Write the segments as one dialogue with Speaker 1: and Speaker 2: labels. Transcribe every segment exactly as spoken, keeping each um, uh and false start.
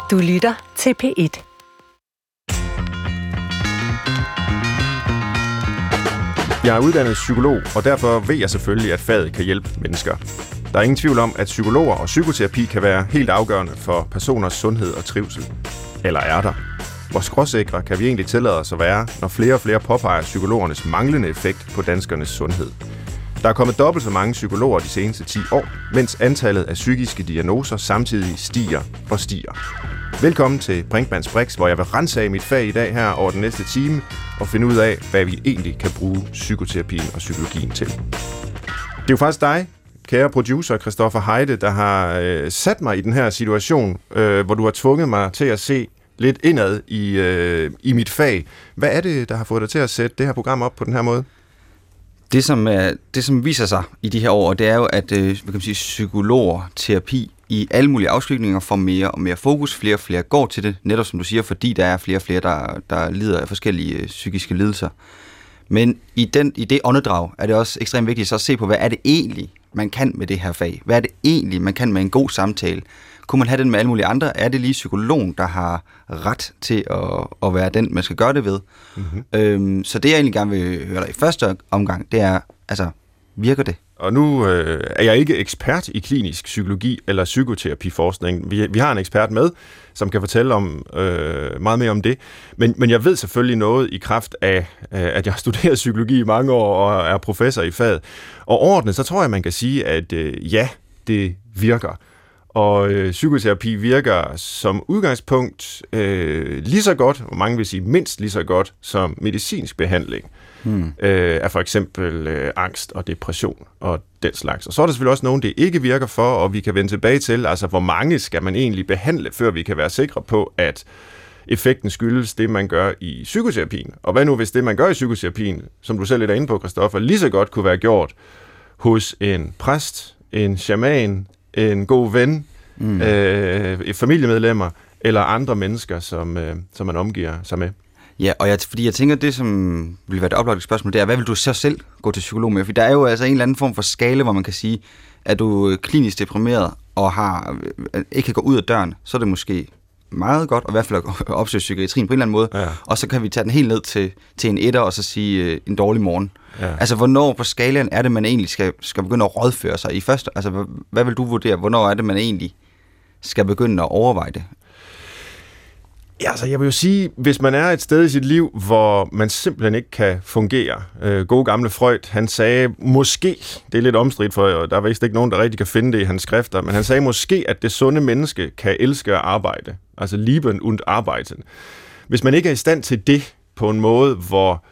Speaker 1: Du lytter til P et.
Speaker 2: Jeg er uddannet psykolog, og derfor ved jeg selvfølgelig, at faget kan hjælpe mennesker. Der er ingen tvivl om, at psykologer og psykoterapi kan være helt afgørende for personers sundhed og trivsel. Eller er der? Hvor skråsikre kan vi egentlig tillade os at være, når flere og flere påpeger psykologernes manglende effekt på danskernes sundhed? Der er kommet dobbelt så mange psykologer de seneste ti år, mens antallet af psykiske diagnoser samtidig stiger og stiger. Velkommen til Brinkmanns Brix, hvor jeg vil ransage mit fag i dag her over den næste time og finde ud af, hvad vi egentlig kan bruge psykoterapien og psykologien til. Det er jo faktisk dig, kære producer Christoffer Heide, der har øh, sat mig i den her situation, øh, hvor du har tvunget mig til at se lidt indad i, øh, i mit fag. Hvad er det, der har fået dig til at sætte det her program op på den her måde?
Speaker 3: Det, som, er, det, som viser sig i de her år, det er jo, at øh, hvad kan man sige, psykologer, terapi i alle mulige afskygninger får mere og mere fokus. Flere og flere går til det, netop som du siger, fordi der er flere og flere, der, der lider af forskellige øh, psykiske lidelser. Men i, den, i det åndedrag er det også ekstremt vigtigt så at se på, hvad er det egentlig, man kan med det her fag? Hvad er det egentlig, man kan med en god samtale? Kunne man have den med alle mulige andre? Er det lige psykologen, der har ret til at, at være den, man skal gøre det ved? Mm-hmm. Øhm, så det, jeg egentlig gerne vil høre dig i første omgang, det er, altså, virker det?
Speaker 2: Og nu øh, er jeg ikke ekspert i klinisk psykologi eller psykoterapiforskning. Vi, vi har en ekspert med, som kan fortælle om øh, meget mere om det. Men, men jeg ved selvfølgelig noget i kraft af, øh, at jeg har studeret psykologi i mange år og er professor i faget. Og overordnet, så tror jeg, man kan sige, at øh, ja, det virker. Og øh, psykoterapi virker som udgangspunkt øh, lige så godt, og mange vil sige mindst lige så godt, som medicinsk behandling hmm. øh, af for eksempel øh, angst og depression og den slags. Og så er der selvfølgelig også nogen, det ikke virker for, og vi kan vende tilbage til, altså hvor mange skal man egentlig behandle, før vi kan være sikre på, at effekten skyldes det, man gør i psykoterapien. Og hvad nu, hvis det, man gør i psykoterapien, som du selv er inde på, Christoffer, lige så godt kunne være gjort hos en præst, en shaman, en god ven, mm. øh, familiemedlemmer eller andre mennesker, som, øh, som man omgiver sig med.
Speaker 3: Ja, og jeg, fordi jeg tænker, det som vil være det oplagte spørgsmål, det er, hvad vil du så selv gå til psykolog med? For der er jo altså en eller anden form for skala, hvor man kan sige, at du er klinisk deprimeret og har, ikke kan gå ud af døren, så er det måske meget godt, og i hvert fald at opsøge psykiatrien på en eller anden måde, ja. Og så kan vi tage den helt ned til, til en etter, og så sige uh, en dårlig morgen. Ja. Altså, hvornår på skalaen er det, man egentlig skal, skal begynde at rådføre sig i første? Altså, hvad, hvad vil du vurdere? Hvornår er det, man egentlig skal begynde at overveje det?
Speaker 2: Ja, altså, jeg vil jo sige, hvis man er et sted i sit liv, hvor man simpelthen ikke kan fungere. Øh, gode gamle Freud, han sagde måske, det er lidt omstridt, for der er vist ikke nogen, der rigtig kan finde det i hans skrifter, men han sagde måske, at det sunde menneske kan elske at arbejde. Altså Lieben und Arbeiten. Hvis man ikke er i stand til det på en måde, hvor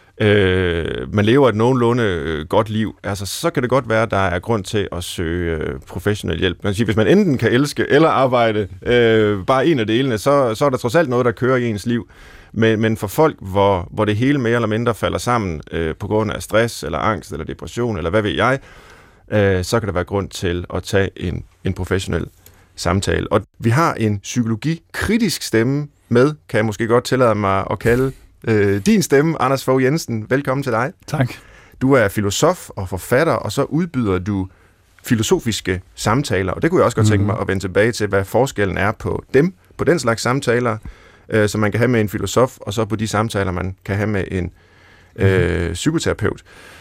Speaker 2: øh, man lever et nogenlunde øh, godt liv, altså, så kan det godt være, at der er grund til at søge øh, professionel hjælp. Man kan sige, hvis man enten kan elske eller arbejde, øh, bare en af delene, så, så er der trods alt noget, der kører i ens liv. Men, men for folk, hvor, hvor det hele mere eller mindre falder sammen øh, på grund af stress, eller angst, eller depression, eller hvad ved jeg, øh, så kan der være grund til at tage en, en professionel samtale. Og vi har en psykologikritisk stemme med, kan jeg måske godt tillade mig at kalde øh, din stemme, Anders Fogh Jensen. Velkommen til dig.
Speaker 4: Tak.
Speaker 2: Du er filosof og forfatter, og så udbyder du filosofiske samtaler, og det kunne jeg også godt tænke mig at vende tilbage til, hvad forskellen er på dem, på den slags samtaler, øh, som man kan have med en filosof, og så på de samtaler, man kan have med en øh, psykoterapeut.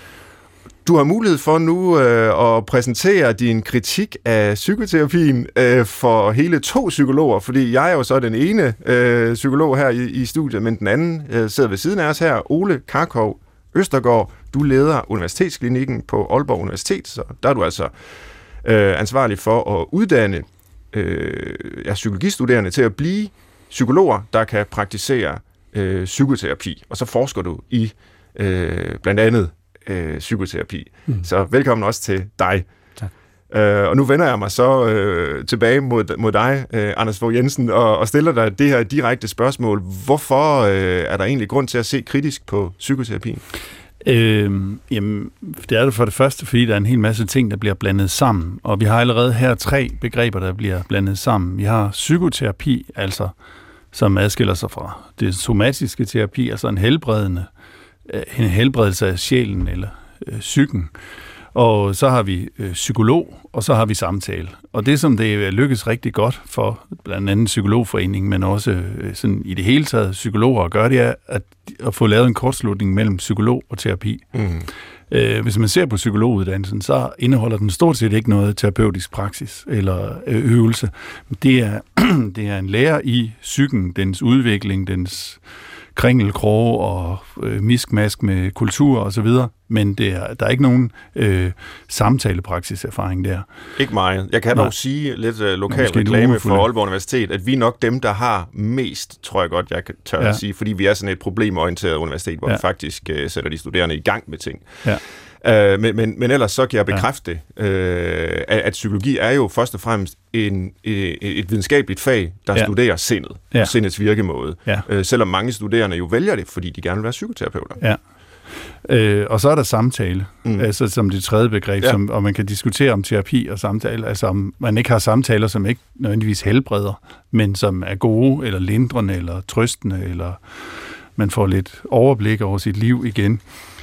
Speaker 2: Du har mulighed for nu øh, at præsentere din kritik af psykoterapien øh, for hele to psykologer, fordi jeg er jo så den ene øh, psykolog her i, i studiet, men den anden øh, sidder ved siden af os her, Ole Karkov Østergaard. Du leder Universitetsklinikken på Aalborg Universitet, så der er du altså øh, ansvarlig for at uddanne øh, ja, psykologistuderende til at blive psykologer, der kan praktisere øh, psykoterapi, og så forsker du i øh, blandt andet Øh, psykoterapi. Mm. Så velkommen også til dig.
Speaker 4: Tak.
Speaker 2: Øh, og nu vender jeg mig så øh, tilbage mod, mod dig, øh, Anders Fogh Jensen, og, og stiller dig det her direkte spørgsmål. Hvorfor øh, er der egentlig grund til at se kritisk på psykoterapien?
Speaker 4: Øh, jamen, det er det for det første, fordi der er en hel masse ting, der bliver blandet sammen. Og vi har allerede her tre begreber, der bliver blandet sammen. Vi har psykoterapi, altså som adskiller sig fra det somatiske terapi, altså en helbredende en helbredelse af sjælen eller øh, psyken. Og så har vi øh, psykolog, og så har vi samtale. Og det, som det lykkes rigtig godt for blandt andet Psykologforeningen, men også øh, sådan i det hele taget psykologer at gøre, det er at, at få lavet en kortslutning mellem psykolog og terapi. Mm. Øh, hvis man ser på psykologuddannelsen, så indeholder den stort set ikke noget terapeutisk praksis eller øh, øvelse. Det er, det er en lærer i psyken, dens udvikling, dens kringelkroge og øh, miskmask med kultur og så videre, men det er, der er ikke nogen øh, samtalepraksiserfaring der.
Speaker 2: Ikke meget. Jeg kan dog
Speaker 4: Nej.
Speaker 2: sige lidt uh, lokal reklame for Aalborg Universitet, at vi er nok dem, der har mest, tror jeg godt, jeg tør ja. at sige, fordi vi er sådan et problemorienteret universitet, hvor ja. vi faktisk uh, sætter de studerende i gang med ting. Ja. Uh, men, men, men ellers så kan jeg bekræfte, ja. uh, at, at psykologi er jo først og fremmest en, et, et videnskabeligt fag, der ja. studerer sindet, ja. sindets virkemåde. Ja. Uh, selvom mange studerende jo vælger det, fordi de gerne vil være psykoterapeuter.
Speaker 4: Ja. Øh, og så er der samtale, mm. altså som det tredje begreb, ja. som, og man kan diskutere om terapi og samtale, altså om man ikke har samtaler, som ikke nødvendigvis helbreder, men som er gode, eller lindrende, eller trøstende, eller man får lidt overblik over sit liv igen.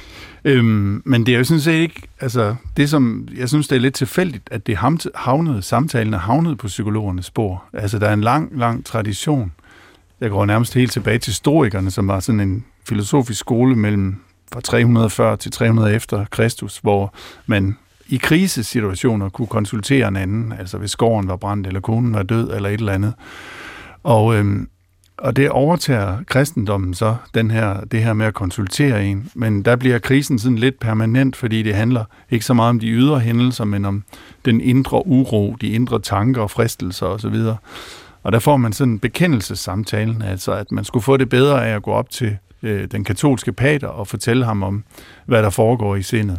Speaker 4: Øhm, men det er jo sådan set ikke, altså det som, jeg synes det er lidt tilfældigt, at det havnede, samtalen er havnet på psykologernes spor. Altså der er en lang, lang tradition. Jeg går nærmest helt tilbage til stoikerne, som var sådan en filosofisk skole mellem fra tre hundrede og fyrre til tre hundrede efter Kristus, hvor man i krisesituationer kunne konsultere en anden, altså hvis gården var brændt, eller konen var død, eller et eller andet. Og, øhm, og det overtager kristendommen så, den her, det her med at konsultere en. Men der bliver krisen sådan lidt permanent, fordi det handler ikke så meget om de ydre hændelser, men om den indre uro, de indre tanker og fristelser osv. Og der får man sådan en bekendelsessamtalen, altså at man skulle få det bedre af at gå op til øh, den katolske pater og fortælle ham om, hvad der foregår i sindet.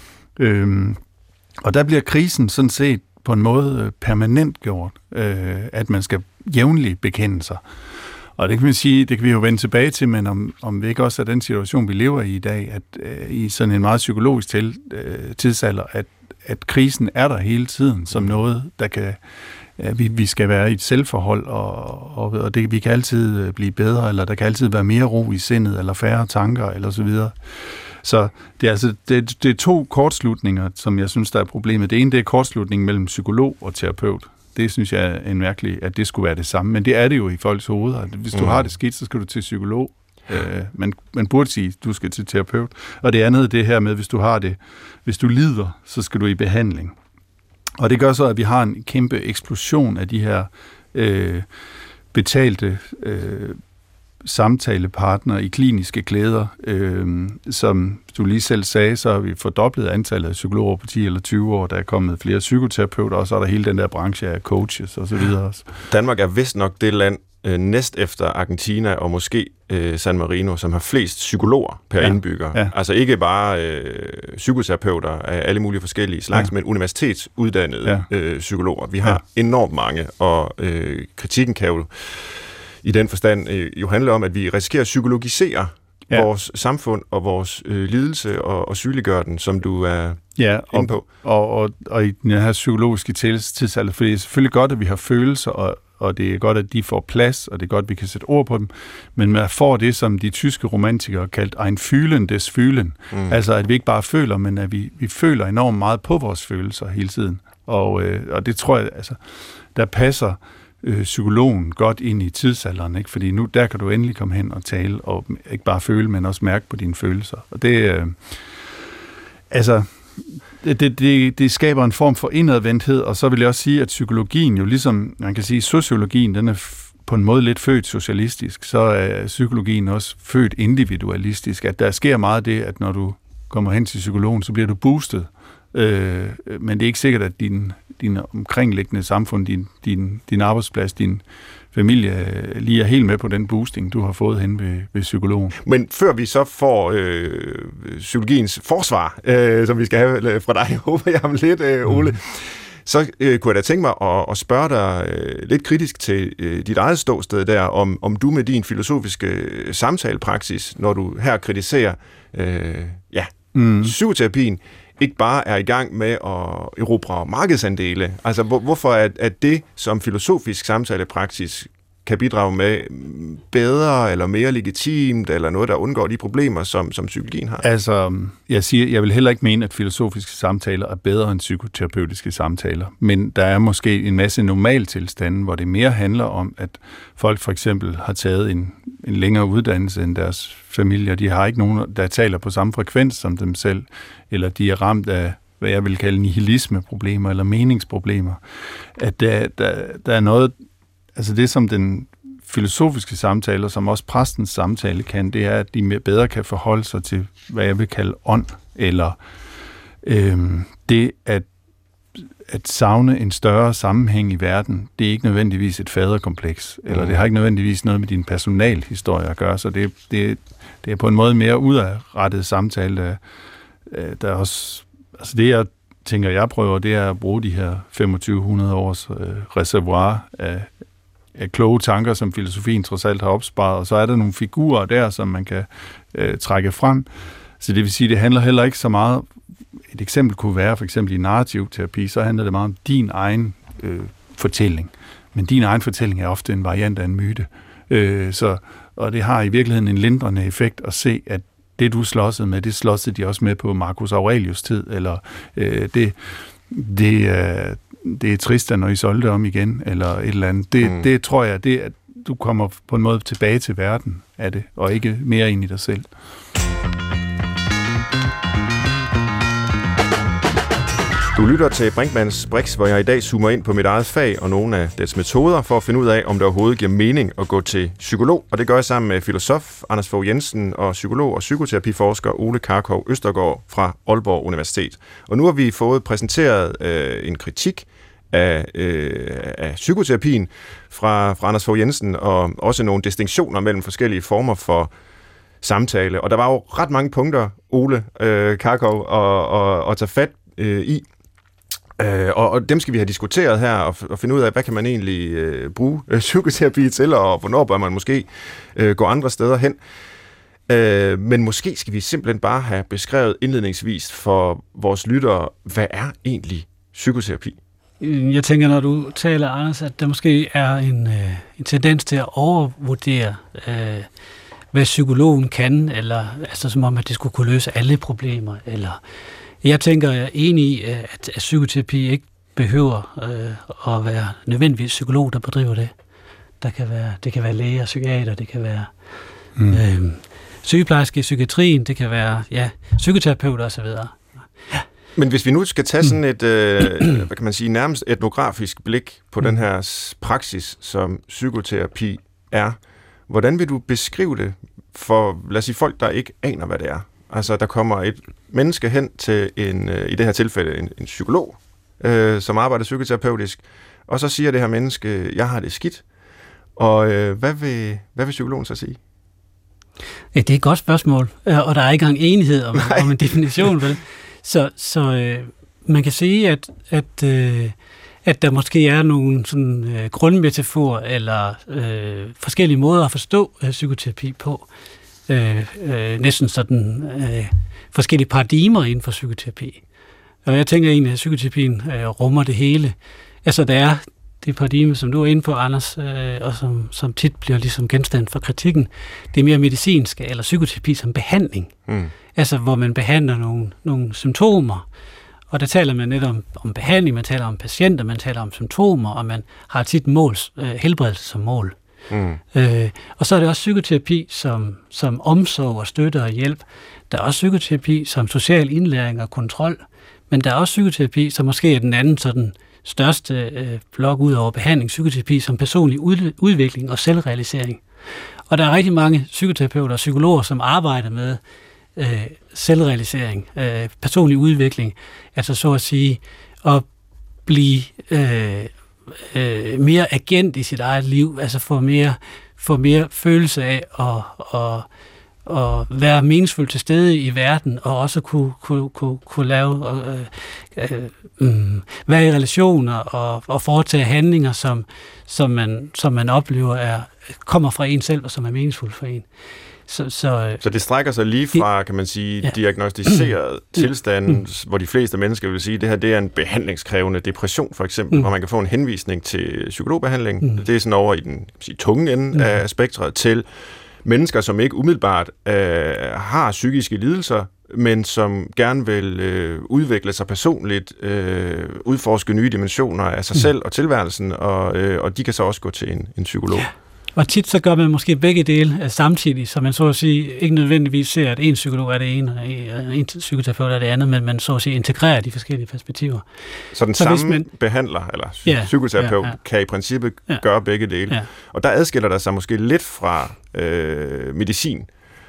Speaker 4: Øhm, og der bliver krisen sådan set på en måde permanent gjort, øh, at man skal jævnligt bekende sig. Og det kan man sige, det kan vi jo vende tilbage til, men om, om vi ikke også er den situation, vi lever i i dag, at øh, i sådan en meget psykologisk til, øh, tidsalder, at, at krisen er der hele tiden som noget, der kan, ja, vi, vi skal være i et selvforhold, og, og, og det, vi kan altid blive bedre, eller der kan altid være mere ro i sindet, eller færre tanker, eller så videre. Så det er, altså, det, det er to kortslutninger, som jeg synes, der er problemet. Det ene, det er kortslutningen mellem psykolog og terapeut. Det synes jeg er en mærkelig, at det skulle være det samme. Men det er det jo i folks hoveder. Hvis du mm. har det skidt, så skal du til psykolog. Øh, man, man burde sige, at du skal til terapeut. Og det andet er det her med, hvis du har det, hvis du lider, så skal du i behandling. Og det gør så, at vi har en kæmpe eksplosion af de her øh, betalte øh, samtalepartnere i kliniske klæder. Øh, som du lige selv sagde, så har vi fordoblet antallet af psykologer på ti eller tyve år. Der er kommet flere psykoterapeuter, og så er der hele den der branche af coaches og så videre.
Speaker 2: Danmark er vist nok det land, øh, næst efter Argentina og måske øh, San Marino, som har flest psykologer per ja. indbygger. Ja. Altså ikke bare øh, psykoterapeuter af alle mulige forskellige slags, ja. men universitetsuddannede ja. øh, psykologer. Vi har ja. enormt mange, og øh, kritikken kan jo i den forstand øh, jo handle om, at vi risikerer at psykologisere ja. vores samfund og vores øh, lidelse og, og sygeliggøre den, som du er
Speaker 4: ja, og,
Speaker 2: inde på.
Speaker 4: Og, og, og i den her psykologiske tidsalder, for det er selvfølgelig godt, at vi har følelser, og, og det er godt, at de får plads, og det er godt, at vi kan sætte ord på dem, men man får det, som de tyske romantikere kaldte ein Fühlen des Fühlen. Mm. Altså, at vi ikke bare føler, men at vi, vi føler enormt meget på vores følelser hele tiden. Og, øh, og det tror jeg, altså, der passer øh, psykologen godt ind i tidsalderen, ikke? Fordi nu, der kan du endelig komme hen og tale, og ikke bare føle, men også mærke på dine følelser. Og det, øh, altså, det, det, det skaber en form for indadvendthed, og så vil jeg også sige, at psykologien jo ligesom, man kan sige, sociologien, den er f- på en måde lidt født socialistisk, så er psykologien også født individualistisk, at der sker meget af det, at når du kommer hen til psykologen, så bliver du boostet, øh, men det er ikke sikkert, at din, din omkringliggende samfund, din, din, din arbejdsplads, din familie lige er helt med på den boosting, du har fået hen ved, ved psykologen.
Speaker 2: Men før vi så får øh, psykologiens forsvar, øh, som vi skal have fra dig, håber jeg om lidt, øh, Ole, mm. så øh, kunne jeg da tænke mig at, at spørge dig øh, lidt kritisk til øh, dit eget ståsted der, om, om du med din filosofiske samtalepraksis, når du her kritiserer øh, ja, mm. psykoterapien, ikke bare er i gang med at erobre markedsandele. Altså, hvor, hvorfor er, er det som filosofisk samtalepraksis kan bidrage med bedre eller mere legitimt, eller noget, der undgår de problemer, som, som psykologien har?
Speaker 4: Altså, jeg siger, jeg vil heller ikke mene, at filosofiske samtaler er bedre end psykoterapeutiske samtaler, men der er måske en masse normaltilstande, hvor det mere handler om, at folk for eksempel har taget en, en længere uddannelse end deres familier. De har ikke nogen, der taler på samme frekvens som dem selv, eller de er ramt af, hvad jeg vil kalde nihilismeproblemer eller meningsproblemer. At der, der, der er noget, altså det som den filosofiske samtaler, som også præstens samtale kan, det er, at de bedre kan forholde sig til, hvad jeg vil kalde ånd, eller øhm, det at, at savne en større sammenhæng i verden. Det er ikke nødvendigvis et faderkompleks, eller det har ikke nødvendigvis noget med din personalhistorie at gøre, så det, det, det er på en måde mere udadrettet samtale, der, der også, altså det jeg tænker, jeg prøver, det er at bruge de her femogtyve hundrede års øh, reservoir af af kloge tanker, som filosofien trods alt har opsparet, og så er der nogle figurer der, som man kan øh, trække frem. Så det vil sige, det handler heller ikke så meget, et eksempel kunne være, for eksempel i narrativ terapi, så handler det meget om din egen øh, fortælling. Men din egen fortælling er ofte en variant af en myte. Øh, så, og det har i virkeligheden en lindrende effekt at se, at det du slåssede med, det slåssede de også med på Marcus Aurelius tid, eller øh, det, det, øh, det er Tristan og Isolde om igen, eller et eller andet. Det, mm. det tror jeg, det at du kommer på en måde tilbage til verden af det, og ikke mere ind i dig selv.
Speaker 2: Du lytter til Brinkmanns Brix, hvor jeg i dag zoomer ind på mit eget fag og nogle af dets metoder for at finde ud af, om det overhovedet giver mening at gå til psykolog. Og det gør jeg sammen med filosof Anders Fogh Jensen og psykolog og psykoterapiforsker Ole Karkov Østergaard fra Aalborg Universitet. Og nu har vi fået præsenteret øh, en kritik af, øh, af psykoterapien fra, fra Anders Fogh Jensen, og også nogle distinktioner mellem forskellige former for samtale. Og der var jo ret mange punkter, Ole øh, Karkov, at, at, at tage fat øh, i. Øh, og, og dem skal vi have diskuteret her, og, og finde ud af, hvad kan man egentlig øh, bruge øh, psykoterapi til, og hvornår bør man måske øh, gå andre steder hen. Øh, men måske skal vi simpelthen bare have beskrevet indledningsvis for vores lyttere, hvad er egentlig psykoterapi?
Speaker 1: Jeg tænker, når du taler, Anders, at der måske er en, øh, en tendens til at overvurdere, øh, hvad psykologen kan, eller altså som om, at det skulle kunne løse alle problemer, eller jeg tænker, jeg er enig i, at, at psykoterapi ikke behøver øh, at være nødvendigvis psykolog, der bedriver det. Der kan være, det kan være læger, psykiater, det kan være mm. øh, sygeplejerske i psykiatrien, det kan være ja, psykoterapeuter osv. Ja.
Speaker 2: Men hvis vi nu skal tage sådan et, øh, hvad kan man sige, nærmest etnografisk blik på mm. den her praksis, som psykoterapi er, hvordan vil du beskrive det for, lad os sige, folk, der ikke aner, hvad det er? Altså, der kommer et menneske hen til en, øh, i det her tilfælde, en, en psykolog, øh, som arbejder psykoterapeutisk, og så siger det her menneske, jeg har det skidt. Og øh, hvad, vil, hvad vil psykologen så sige?
Speaker 1: Ja, det er et godt spørgsmål, og der er ikke engang enighed om, om en definition, vel? Så, så øh, man kan sige, at, at, øh, at der måske er nogle sådan, øh, grundmetaforer eller øh, forskellige måder at forstå øh, psykoterapi på. Øh, øh, næsten sådan øh, forskellige paradigmer inden for psykoterapi. Og jeg tænker egentlig, at psykoterapien øh, rummer det hele. Altså, der er det paradigme, som du er inde på, Anders, øh, og som, som tit bliver ligesom genstand for kritikken. Det er mere medicinske, eller psykoterapi som behandling. Mm. Altså, hvor man behandler nogle, nogle symptomer, og der taler man netop om, om behandling, man taler om patienter, man taler om symptomer, og man har tit måls, øh, helbredelse som mål. Mm. Øh, og så er det også psykoterapi som, som omsorg og støtte og hjælp. Der er også psykoterapi som social indlæring og kontrol, men der er også psykoterapi, som måske er den anden sådan største øh, blok ud over behandling, psykoterapi som personlig ud, udvikling og selvrealisering. Og der er rigtig mange psykoterapeuter og psykologer, som arbejder med øh, selvrealisering, øh, personlig udvikling, altså så at sige at blive øh, øh, mere agent i sit eget liv, altså få mere, få mere følelse af at, at, at være meningsfuldt til stede i verden, og også kunne, kunne, kunne, kunne lave, øh, øh, øh, være i relationer og, og foretage handlinger, som, som, man, som man oplever er, kommer fra en selv, og som er meningsfuldt for en. Så, så,
Speaker 2: så det strækker sig lige fra, kan man sige, ja. diagnostiseret tilstand, mm. hvor de fleste mennesker vil sige, at det her det er en behandlingskrævende depression, for eksempel, mm. hvor man kan få en henvisning til psykologbehandling. Mm. Det er sådan over i den sige, tunge ende mm. af spektret til mennesker, som ikke umiddelbart øh, har psykiske lidelser, men som gerne vil øh, udvikle sig personligt, øh, udforske nye dimensioner af sig mm. selv og tilværelsen, og, øh, og de kan så også gå til en, en psykolog. Ja.
Speaker 1: Og tit så gør man måske begge dele samtidig, så man så at sige ikke nødvendigvis ser, at en psykolog er det ene, og en psykoterapeut er det andet, men man så at sige integrerer de forskellige perspektiver.
Speaker 2: Så den så samme man, behandler, eller ja, psykoterapeut, ja, ja. kan i princippet ja. gøre begge dele. Ja. Og der adskiller der sig måske lidt fra øh, medicin,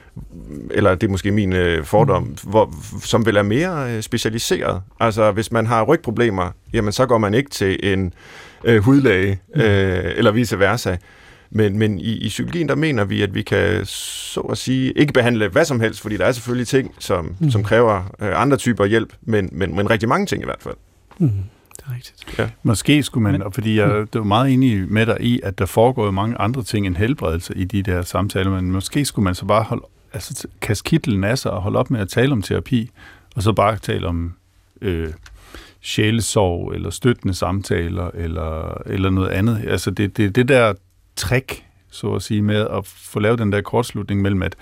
Speaker 2: eller det er måske min øh, fordom, mm. hvor, som vil er mere øh, specialiseret. Altså, hvis man har rygproblemer, jamen så går man ikke til en øh, hudlæge, øh, mm. eller vice versa. Men, men i, i psykologien, der mener vi, at vi kan, så at sige, ikke behandle hvad som helst, fordi der er selvfølgelig ting, som, mm. som kræver øh, andre typer hjælp, men, men, men rigtig mange ting i hvert fald.
Speaker 1: Mm. Det er rigtigt.
Speaker 4: Ja. Måske skulle man, og fordi jeg det var meget enig med dig i, at der foregår mange andre ting end helbredelse i de der samtaler, men måske skulle man så bare holde, altså kaste kitlen af sig og holde op med at tale om terapi, og så bare tale om øh, sjælesorg, eller støttende samtaler, eller, eller noget andet. Altså det, det, det der trick, så at sige, med at få lavet den der kortslutning mellem at,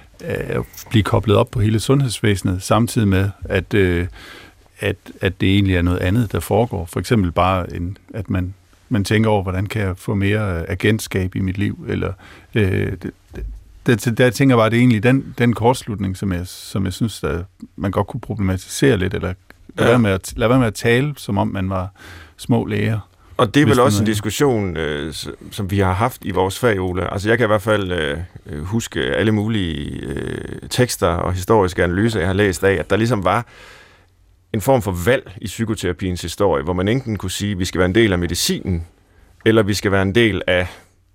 Speaker 4: at blive koblet op på hele sundhedsvæsenet, samtidig med, at, øh, at, at det egentlig er noget andet, der foregår. For eksempel bare, en, at man, man tænker over, hvordan kan jeg få mere agentskab i mit liv, eller øh, det, det, der tænker jeg bare, at det er egentlig den, den kortslutning, som jeg, som jeg synes, at man godt kunne problematisere lidt, eller lade, ja. være med at, lade være med at tale, som om man var små læger.
Speaker 2: Og det er vel også en diskussion, øh, som vi har haft i vores fag, Ole. Altså jeg kan i hvert fald øh, huske alle mulige øh, tekster og historiske analyser, jeg har læst af, at der ligesom var en form for valg i psykoterapiens historie, hvor man enten kunne sige, at vi skal være en del af medicinen, eller vi skal være en del af,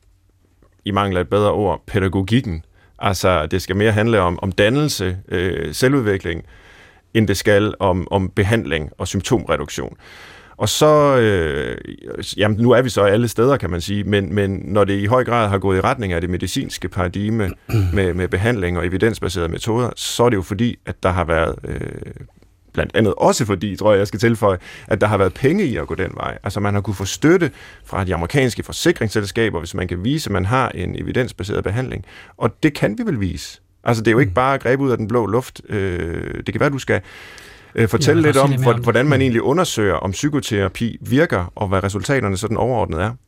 Speaker 2: i mangel af et bedre ord, pædagogikken. Altså det skal mere handle om, om dannelse, øh, selvudvikling, end det skal om, om behandling og symptomreduktion. Og så, øh, jamen nu er vi så alle steder, kan man sige, men, men når det i høj grad har gået i retning af det medicinske paradigme med, med behandling og evidensbaserede metoder, så er det jo fordi, at der har været, øh, blandt andet også fordi, tror jeg, jeg skal tilføje, at der har været penge i at gå den vej. Altså man har kunne få støtte fra de amerikanske forsikringsselskaber, hvis man kan vise, at man har en evidensbaseret behandling. Og det kan vi vel vise. Altså det er jo ikke bare greb ud af den blå luft. Øh, det kan være, du skal fortælle ja, lidt om, om, hvordan man egentlig undersøger, om psykoterapi virker, og hvad resultaterne sådan overordnet er.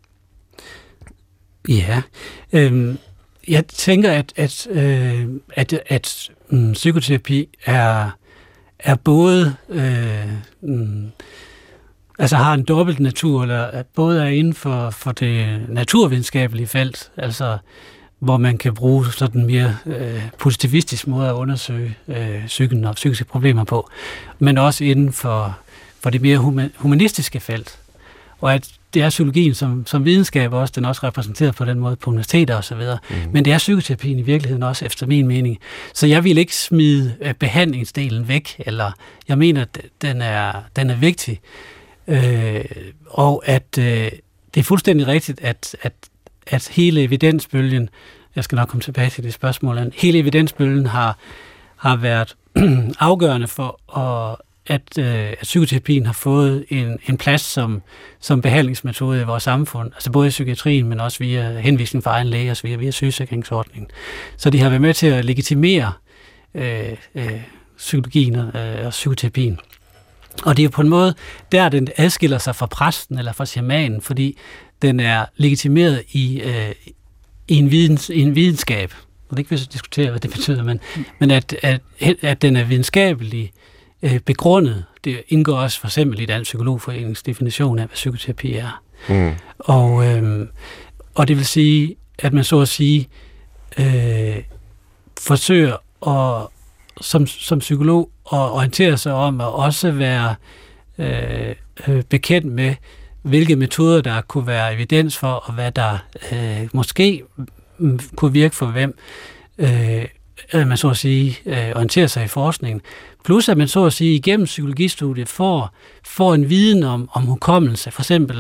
Speaker 1: Ja, øh, jeg tænker, at, at, øh, at, at mm, psykoterapi er, er både, øh, mm, altså har en dobbelt natur, eller at både er inden for, for det naturvidenskabelige felt, altså hvor man kan bruge sådan mere øh, positivistisk måde at undersøge øh, psyken og psykiske problemer på, men også inden for, for det mere humanistiske felt. Og at det er psykologien som, som videnskab også, den er også repræsenteret på den måde på universiteter og så videre, mm. men det er psykoterapien i virkeligheden også, efter min mening. Så jeg vil ikke smide øh, behandlingsdelen væk, eller jeg mener, at den er, den er vigtig. Øh, og at øh, det er fuldstændig rigtigt, at, at at hele evidensbølgen, jeg skal nok komme tilbage til det spørgsmål, hele evidensbølgen har, har været afgørende for, at, at, at psykoterapien har fået en, en plads som, som behandlingsmetode i vores samfund, altså både i psykiatrien, men også via henvisning fra egen læge, og via, via sygesikringsordningen. Så de har været med til at legitimere øh, øh, psykologien øh, og psykoterapien. Og det er jo på en måde, der den adskiller sig fra præsten eller fra shamanen, fordi den er legitimeret i, øh, i, en, videns, i en videnskab. Og det ikke vil så diskutere, hvad det betyder, men, men at, at, at den er videnskabelig øh, begrundet. Det indgår også for eksempel i Dansk Psykologforenings definition af, hvad psykoterapi er. Mm. Og, øh, og det vil sige, at man så at sige øh, forsøger at, som, som psykolog at orientere sig om at også være øh, øh, bekendt med, hvilke metoder der kunne være evidens for, og hvad der øh, måske kunne virke for hvem, øh, man så at sige øh, orienterer sig i forskningen. Plus at man så at sige igennem psykologistudiet får, får en viden om, om hukommelse. For eksempel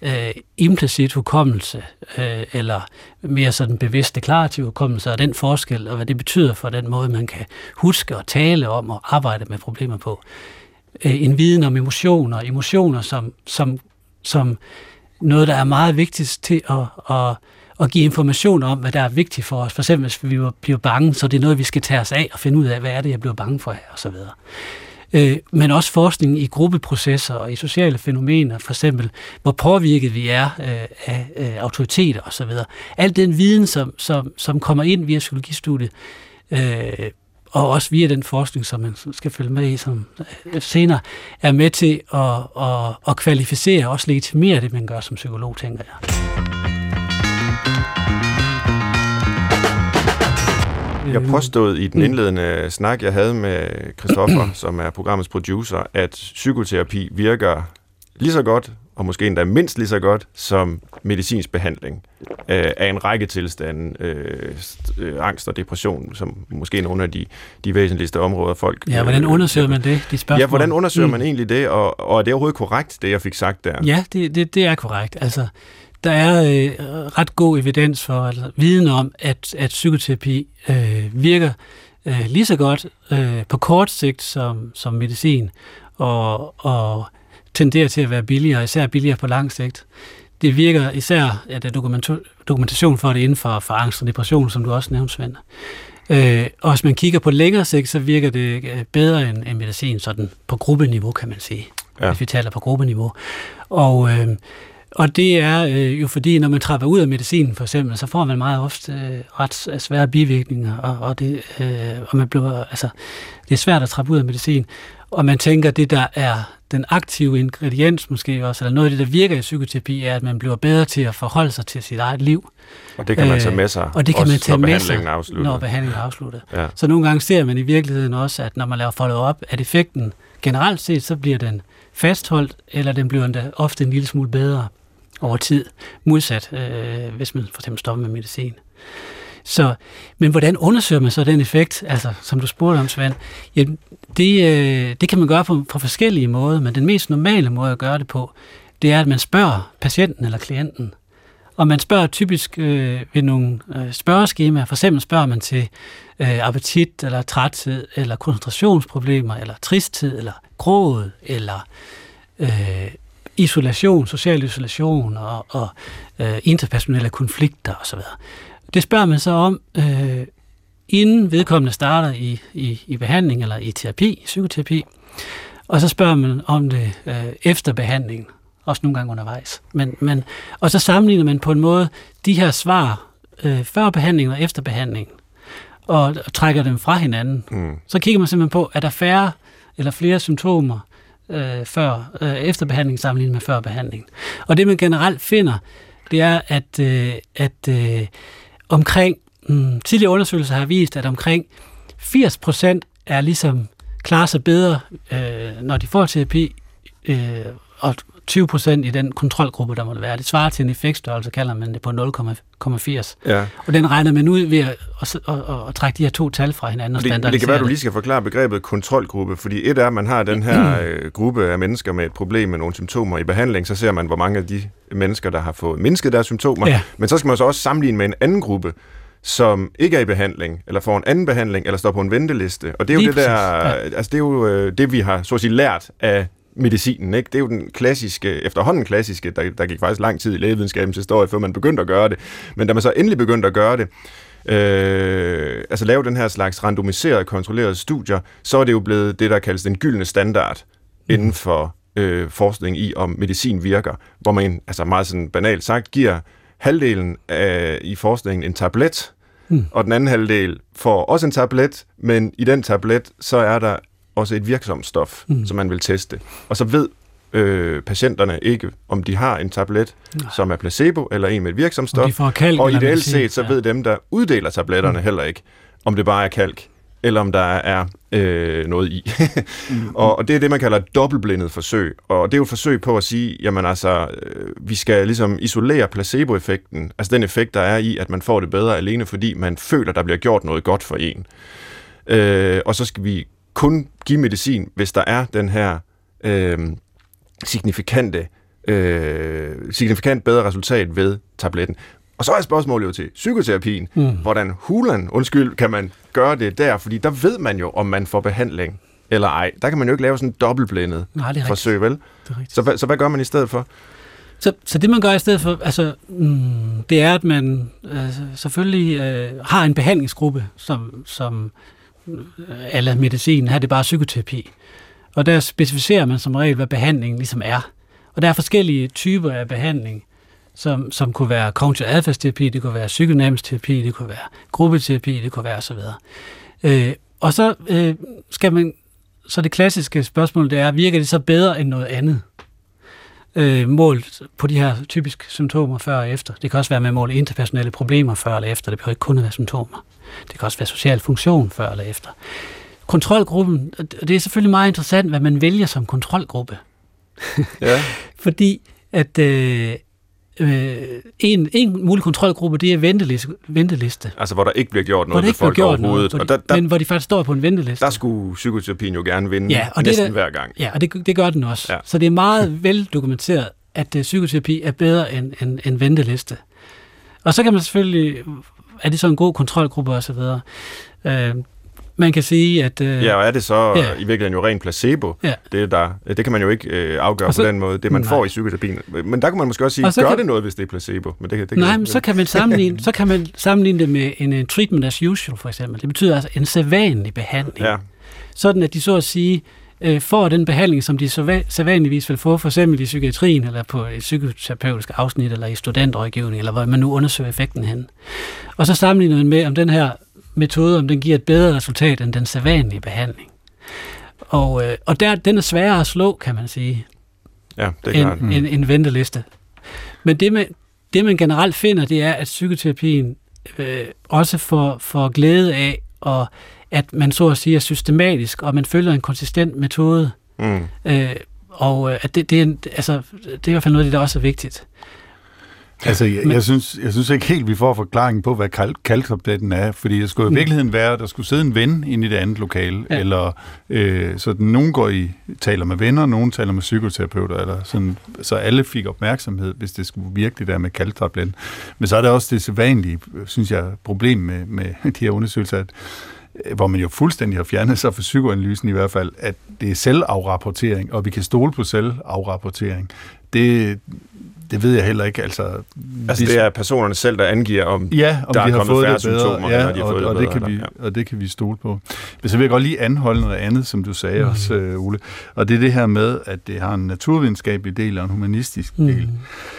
Speaker 1: øh, implicit hukommelse, øh, eller mere sådan bevidst deklarativ hukommelse, og den forskel, og hvad det betyder for den måde, man kan huske og tale om og arbejde med problemer på. Øh, en viden om emotioner, emotioner som, som, som noget, der er meget vigtigt til at, at, at give information om, hvad der er vigtigt for os. For eksempel, hvis vi bliver bange, så det er noget, vi skal tage os af og finde ud af, hvad er det, jeg bliver bange for her, og så videre. Øh, men også forskning i gruppeprocesser og i sociale fænomener, for eksempel, hvor påvirket vi er øh, af øh, autoriteter og så videre. Al den viden, som, som, som kommer ind via psykologistudiet, øh, og også via den forskning, som man skal følge med i som øh, senere, er med til at, at, at kvalificere og også legitimere det, man gør som psykolog, tænker jeg.
Speaker 2: Jeg påstod i den indledende snak, jeg havde med Christoffer, som er programmets producer, at psykoterapi virker lige så godt, og måske endda mindst lige så godt, som medicinsk behandling øh, af en række tilstande, øh, øh, angst og depression, som måske er nogle af de, de væsentligste områder, folk...
Speaker 1: Ja, hvordan undersøger man det, de spørgsmål?
Speaker 2: Ja, hvordan undersøger mm. man egentlig det, og, og er det overhovedet korrekt, det jeg fik sagt der?
Speaker 1: Ja, det, det, det er korrekt. Altså, der er øh, ret god evidens for, altså viden om, at, at psykoterapi øh, virker øh, lige så godt øh, på kort sigt som, som medicin, og, og tenderer til at være billigere, især billigere på lang sigt. Det virker især, at der er dokumentation for det inden for, for angst og depression, som du også nævnte, Svend. Øh, og hvis man kigger på længere sigt, så virker det bedre end, end medicin, sådan på gruppeniveau, kan man sige, ja. Hvis vi taler på gruppeniveau. Og øh, Og det er øh, jo fordi, når man trapper ud af medicinen for eksempel, så får man meget ofte øh, ret svære bivirkninger, og, og, det, øh, og man bliver, altså, det er svært at trappe ud af medicin. Og man tænker, det der er den aktive ingrediens måske også, eller noget af det, der virker i psykoterapi, er, at man bliver bedre til at forholde sig til sit eget liv.
Speaker 2: Og det kan man tage med sig,
Speaker 1: øh, og det kan
Speaker 2: også,
Speaker 1: man tage
Speaker 2: når
Speaker 1: med
Speaker 2: behandlingen er
Speaker 1: sig,
Speaker 2: afsluttet.
Speaker 1: når behandlingen er afsluttet.
Speaker 2: Ja.
Speaker 1: Så nogle gange ser man i virkeligheden også, at når man laver follow-up, at effekten generelt set, så bliver den fastholdt, eller den bliver endda ofte en lille smule bedre over tid, modsat, øh, hvis man for eksempel stopper med medicin. Så, men hvordan undersøger man så den effekt, altså som du spurgte om, Svend? Jamen, det, øh, det kan man gøre på, på forskellige måder, men den mest normale måde at gøre det på, det er, at man spørger patienten eller klienten. Og man spørger typisk øh, ved nogle øh, spørgeskemaer. For eksempel spørger man til øh, appetit, eller træthed, eller koncentrationsproblemer, eller tristhed, eller gråd, eller øh, isolation, social isolation og, og øh, interpersonelle konflikter osv. Det spørger man så om, øh, inden vedkommende starter i, i, i behandling eller i terapi, psykoterapi, og så spørger man om det øh, efter behandlingen, også nogle gange undervejs. Men, men, og så sammenligner man på en måde de her svar øh, før behandlingen og efter behandlingen, og, og trækker dem fra hinanden. Mm. Så kigger man simpelthen på, er der færre eller flere symptomer, Øh, før, øh, efter behandling sammenlignet med før behandling. Og det man generelt finder, det er, at, øh, at øh, omkring, mm, tidligere undersøgelser har vist, at omkring firs procent er ligesom klarer sig bedre, øh, når de får terapi, øh, og tyve procent i den kontrolgruppe, der må det være. Det svarer til en effektstørrelse, kalder man det, på nul komma firs. Ja. Og den regner man ud ved at, at, at, at, at trække de her to tal fra hinanden og standardisere det.
Speaker 2: Det kan være, at du lige skal forklare begrebet kontrolgruppe, fordi et er, at man har den her øh, gruppe af mennesker med et problem med nogle symptomer i behandling, så ser man, hvor mange af de mennesker, der har fået mindsket deres symptomer. Ja. Men så skal man så også sammenligne med en anden gruppe, som ikke er i behandling, eller får en anden behandling, eller står på en venteliste. Og det er jo lige det der, ja. altså det er jo øh, det, vi har så at sige lært af medicinen, ikke? Det er jo den klassiske, efterhånden klassiske, der, der gik faktisk lang tid i lægevidenskabens historie, før man begyndte at gøre det. Men da man så endelig begyndte at gøre det, øh, altså lave den her slags randomiserede, kontrollerede studier, så er det jo blevet det, der kaldes den gyldne standard mm. inden for øh, forskning i, om medicin virker, hvor man, altså meget sådan banalt sagt, giver halvdelen af, i forskningen en tablet, mm. og den anden halvdel får også en tablet, men i den tablet, så er der også et virksomt stof, mm. som man vil teste. Og så ved øh, patienterne ikke, om de har en tablet, Nej. som er placebo, eller en med et virksomt stof. Og, og ideelt set, så ja. ved dem, der uddeler tabletterne mm. heller ikke, om det bare er kalk, eller om der er øh, noget i. mm. og, og det er det, man kalder et dobbeltblindet forsøg. Og det er jo et forsøg på at sige, jamen altså, øh, vi skal ligesom isolere placeboeffekten, altså den effekt, der er i, at man får det bedre alene, fordi man føler, der bliver gjort noget godt for en. Øh, og så skal vi kun give medicin, hvis der er den her øh, signifikante øh, signifikant bedre resultat ved tabletten. Og så er spørgsmålet jo til psykoterapien. Mm. Hvordan hulen, undskyld, kan man gøre det der? Fordi der ved man jo, om man får behandling eller ej. Der kan man jo ikke lave sådan en dobbeltblændet forsøg, vel? Så, så hvad gør man i stedet for?
Speaker 1: Så, så det, man gør i stedet for, altså, mm, det er, at man øh, selvfølgelig øh, har en behandlingsgruppe, som, som øh, alle medicin, her er det bare psykoterapi. Og der specificerer man som regel, hvad behandlingen ligesom er. Og der er forskellige typer af behandling, som, som kunne være kognitiv adfærdsterapi, det kunne være psykodynamisk terapi, det kunne være gruppeterapi, det kunne være osv. Øh, og så øh, skal man, så det klassiske spørgsmål, det er, virker det så bedre end noget andet? Øh, målt på de her typiske symptomer før og efter. Det kan også være med at måle interpersonelle problemer før eller efter. Det behøver ikke kun at være symptomer. Det kan også være social funktion før eller efter. Kontrolgruppen, det er selvfølgelig meget interessant, hvad man vælger som kontrolgruppe. Ja. Fordi at øh, øh, en, en mulig kontrolgruppe, det er venteliste, venteliste.
Speaker 2: Altså hvor der ikke bliver gjort noget med folk overhovedet.
Speaker 1: Noget, og der, der, men hvor de faktisk står på en venteliste.
Speaker 2: Der skulle psykoterapien jo gerne vinde ja, og næsten
Speaker 1: det,
Speaker 2: hver gang.
Speaker 1: Ja, og det, det gør den også. Ja. Så det er meget vel dokumenteret, at uh, psykoterapi er bedre end en, en venteliste. Og så kan man selvfølgelig, er det så en god kontrolgruppe osv., øh, man kan sige, at... Øh,
Speaker 2: ja, og er det så ja. i virkeligheden jo ren placebo? Ja. Det, der, det kan man jo ikke øh, afgøre så, på den måde, det man nej. får i psykoterapien. Men der kan man måske også sige, og gør kan, det noget, hvis det er placebo? Men det, det kan
Speaker 1: nej,
Speaker 2: det,
Speaker 1: men så kan, man sammenligne, så kan man sammenligne det med en, en treatment as usual, for eksempel. Det betyder altså en sædvanlig behandling. Ja. Sådan, at de så at sige, øh, får den behandling, som de så sædvanligvis vil få, for eksempel i psykiatrien, eller på et psykoterapeutisk afsnit, eller i studentrådgivning, eller hvor man nu undersøger effekten hen. Og så sammenligner man med, om den her metode, om den giver et bedre resultat end den sædvanlige behandling. Og, øh, og der, den er sværere at slå, kan man sige,
Speaker 2: ja, det er
Speaker 1: end, end, end venteliste. Men det, man, det, man generelt finder, det er, at psykoterapien øh, også får, får glæde af, og at man så at sige er systematisk, og man følger en konsistent metode. Mm. Øh, og at det, det, er en, altså, det er i hvert fald noget af det, der også er vigtigt.
Speaker 4: Altså, jeg, jeg, synes, jeg synes ikke helt, vi får forklaring på, hvad kal- kalktabletten er, fordi det skulle i virkeligheden være, at der skulle sidde en ven inde i det andet lokale, ja. eller øh, så nogen går i, taler med venner, nogen taler med psykoterapeuter, eller sådan, så alle fik opmærksomhed, hvis det skulle virkelig være med kalktabletten. Men så er der også det sædvanlige, synes jeg, problem med, med de her undersøgelser, at hvor man jo fuldstændig har fjernet sig fra psykoanalysen i hvert fald, at det er selvafrapportering, og vi kan stole på selvafrapportering. Det Det ved jeg heller ikke. Altså,
Speaker 2: altså det er personerne selv, der angiver, om,
Speaker 4: ja, om
Speaker 2: der
Speaker 4: de
Speaker 2: er
Speaker 4: har
Speaker 2: kommet færre
Speaker 4: det bedre,
Speaker 2: symptomer,
Speaker 4: ja,
Speaker 2: når de har
Speaker 4: og,
Speaker 2: fået
Speaker 4: og
Speaker 2: det
Speaker 4: det
Speaker 2: bedre.
Speaker 4: Kan vi,
Speaker 2: ja.
Speaker 4: og det kan vi stole på. Men så vil jeg godt lige anholde noget andet, som du sagde mm. også, uh, Ole. Og det er det her med, at det har en naturvidenskabelig del og en humanistisk mm. del.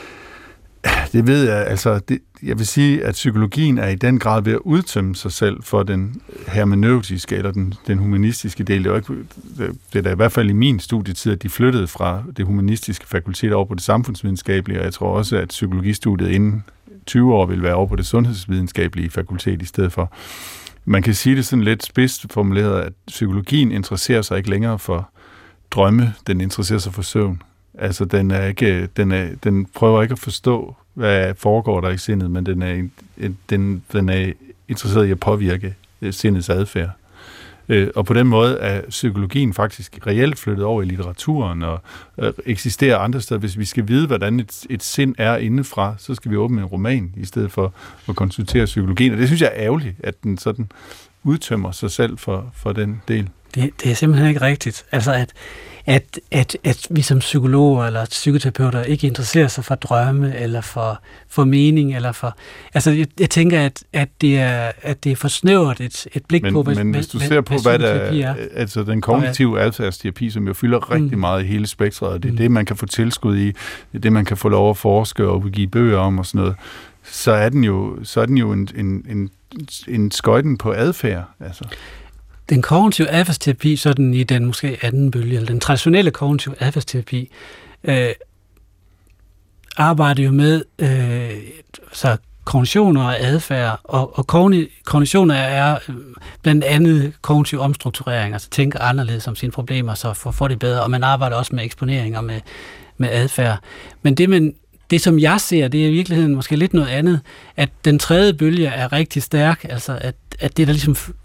Speaker 4: Det ved jeg, altså, det, jeg vil sige, at psykologien er i den grad ved at udtømme sig selv for den hermeneutiske eller den, den humanistiske del. Det er, ikke, det er da i hvert fald i min studietid, at de flyttede fra det humanistiske fakultet over på det samfundsvidenskabelige, og jeg tror også, at psykologistudiet inden tyve år vil være over på det sundhedsvidenskabelige fakultet i stedet for. Man kan sige det sådan lidt spidst formuleret, at psykologien interesserer sig ikke længere for drømme, den interesserer sig for søvn. Altså, den, er ikke, den, er, den prøver ikke at forstå, hvad foregår der i sindet, men den er, den, den er interesseret i at påvirke sindets adfærd. Og på den måde er psykologien faktisk reelt flyttet over i litteraturen og eksisterer andre steder. Hvis vi skal vide, hvordan et, et sind er indefra, så skal vi åbne en roman, i stedet for at konsultere psykologien. Og det synes jeg er ærgerligt, at den sådan udtømmer sig selv for, for den del.
Speaker 1: Det, det er simpelthen ikke rigtigt. Altså, at, at, at, at vi som psykologer eller psykoterapeuter ikke interesserer sig for drømme eller for, for mening eller for... Altså, jeg, jeg tænker, at, at, det er, at det er for snævert et, et blik
Speaker 4: men,
Speaker 1: på,
Speaker 4: hvad, men hvis du hvad, ser på, hvad, hvad der er, altså den kognitive adfærdsterapi, som jo fylder rigtig mm. meget i hele spektret, og det er mm. det, man kan få tilskud i, det er det, man kan få lov at forske og udgive bøger om og sådan noget, så er den jo, så er den jo en, en, en, en skøjten på adfærd, altså.
Speaker 1: Den kognitive adfærdsterapi, sådan i den måske anden bølge, eller den traditionelle kognitive adfærdsterapi, øh, arbejder jo med øh, så kognitioner og adfærd, og, og kognitioner er blandt andet kognitiv omstrukturering, altså tænke anderledes om sine problemer, så for, for det bedre, og man arbejder også med eksponering og med, med adfærd. Men det, man, det, som jeg ser, det er i virkeligheden måske lidt noget andet, at den tredje bølge er rigtig stærk, altså at, at det, der ligesom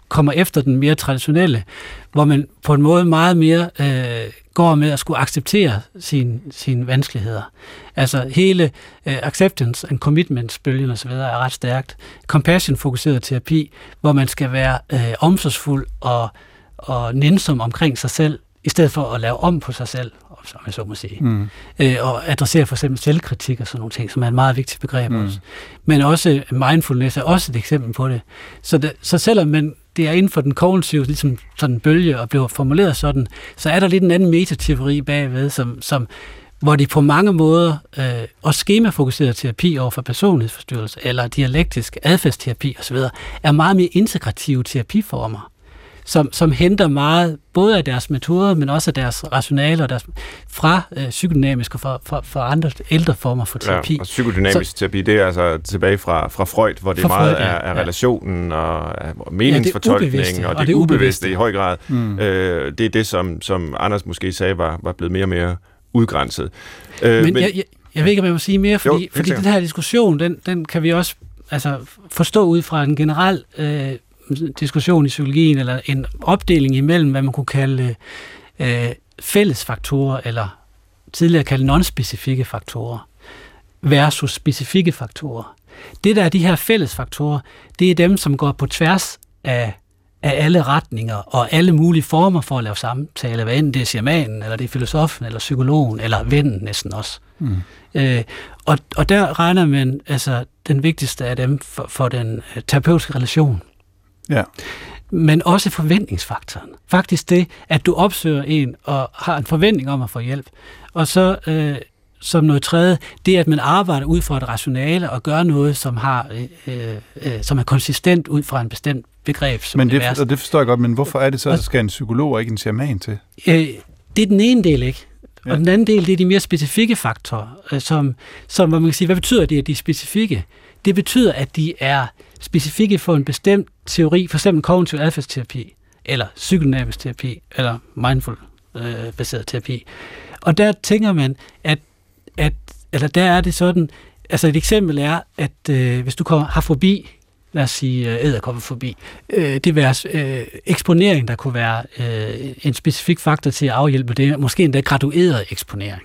Speaker 1: kommer efter den mere traditionelle, hvor man på en måde meget mere øh, går med at skulle acceptere sine, sine vanskeligheder. Altså hele øh, acceptance and commitments-bølgen osv. er ret stærkt. Compassion-fokuseret terapi, hvor man skal være øh, omsorgsfuld og, og nænsom omkring sig selv, i stedet for at lave om på sig selv, som jeg så må sige. Mm. Øh, og adressere for eksempel selvkritik og sådan nogle ting, som er et meget vigtigt begreb mm. også. Men også mindfulness er også et eksempel på det. Så, det, så selvom man, det er inden for den kognitive ligesom sådan en bølge og bliver formuleret sådan, så er der lidt en anden metateori bagved, som, som, hvor de på mange måder, øh, også skemafokuseret terapi over for personlighedsforstyrrelse, eller dialektisk adfærdsterapi osv., er meget mere integrative terapiformer, som, som henter meget, både af deres metoder, men også af deres rationale og deres, fra øh, psykodynamisk og fra, fra, fra andre ældre former for terapi.
Speaker 2: Ja, og psykodynamisk så, terapi, det er altså tilbage fra, fra Freud, hvor det meget Freud, ja, er, er relationen ja. og meningsfortolkning, ja, det og, og det, det ubevidste, ubevidste i høj grad. Mm. Øh, det er det, som, som Anders måske sagde, var, var blevet mere og mere udgrænset. Øh,
Speaker 1: men men jeg, jeg, jeg ved ikke, om jeg må sige mere, fordi, jo, fordi den her diskussion, den, den kan vi også altså, forstå ud fra en generel øh, diskussion i psykologien, eller en opdeling imellem, hvad man kunne kalde øh, fællesfaktorer, eller tidligere kalde non-specifikke faktorer, versus specifikke faktorer. Det, der er de her fællesfaktorer, det er dem, som går på tværs af, af alle retninger, og alle mulige former for at lave samtale, hvad enten det er shamanen, eller det er filosofen, eller psykologen, eller vennen næsten også. Mm. Øh, og, og der regner man altså den vigtigste af dem for, for den uh, terapeutiske relation.
Speaker 4: Ja.
Speaker 1: Men også forventningsfaktoren. Faktisk det, at du opsøger en og har en forventning om at få hjælp. Og så øh, som noget tredje, det er, at man arbejder ud fra et rationale og gør noget, som har øh, øh, som er konsistent ud fra en bestemt begreb. Som
Speaker 4: men det, og det forstår jeg godt, men hvorfor er det så, at der skal en psykolog og ikke en shaman til?
Speaker 1: Øh, det er den ene del, ikke? Ja. Og den anden del, det er de mere specifikke faktorer, øh, som, som man kan sige, hvad betyder det, at de er specifikke? Det betyder, at de er specifikke for en bestemt teori, for eksempel kognitiv adfærdsterapi, eller psykodynamisk terapi, eller mindful-baseret øh, terapi. Og der tænker man, at, at eller der er det sådan, altså et eksempel er, at øh, hvis du kommer, har fobi, lad os sige edderkoppefobi, øh, det er øh, eksponering, der kunne være øh, en specifik faktor til at afhjælpe det, måske endda gradueret eksponering,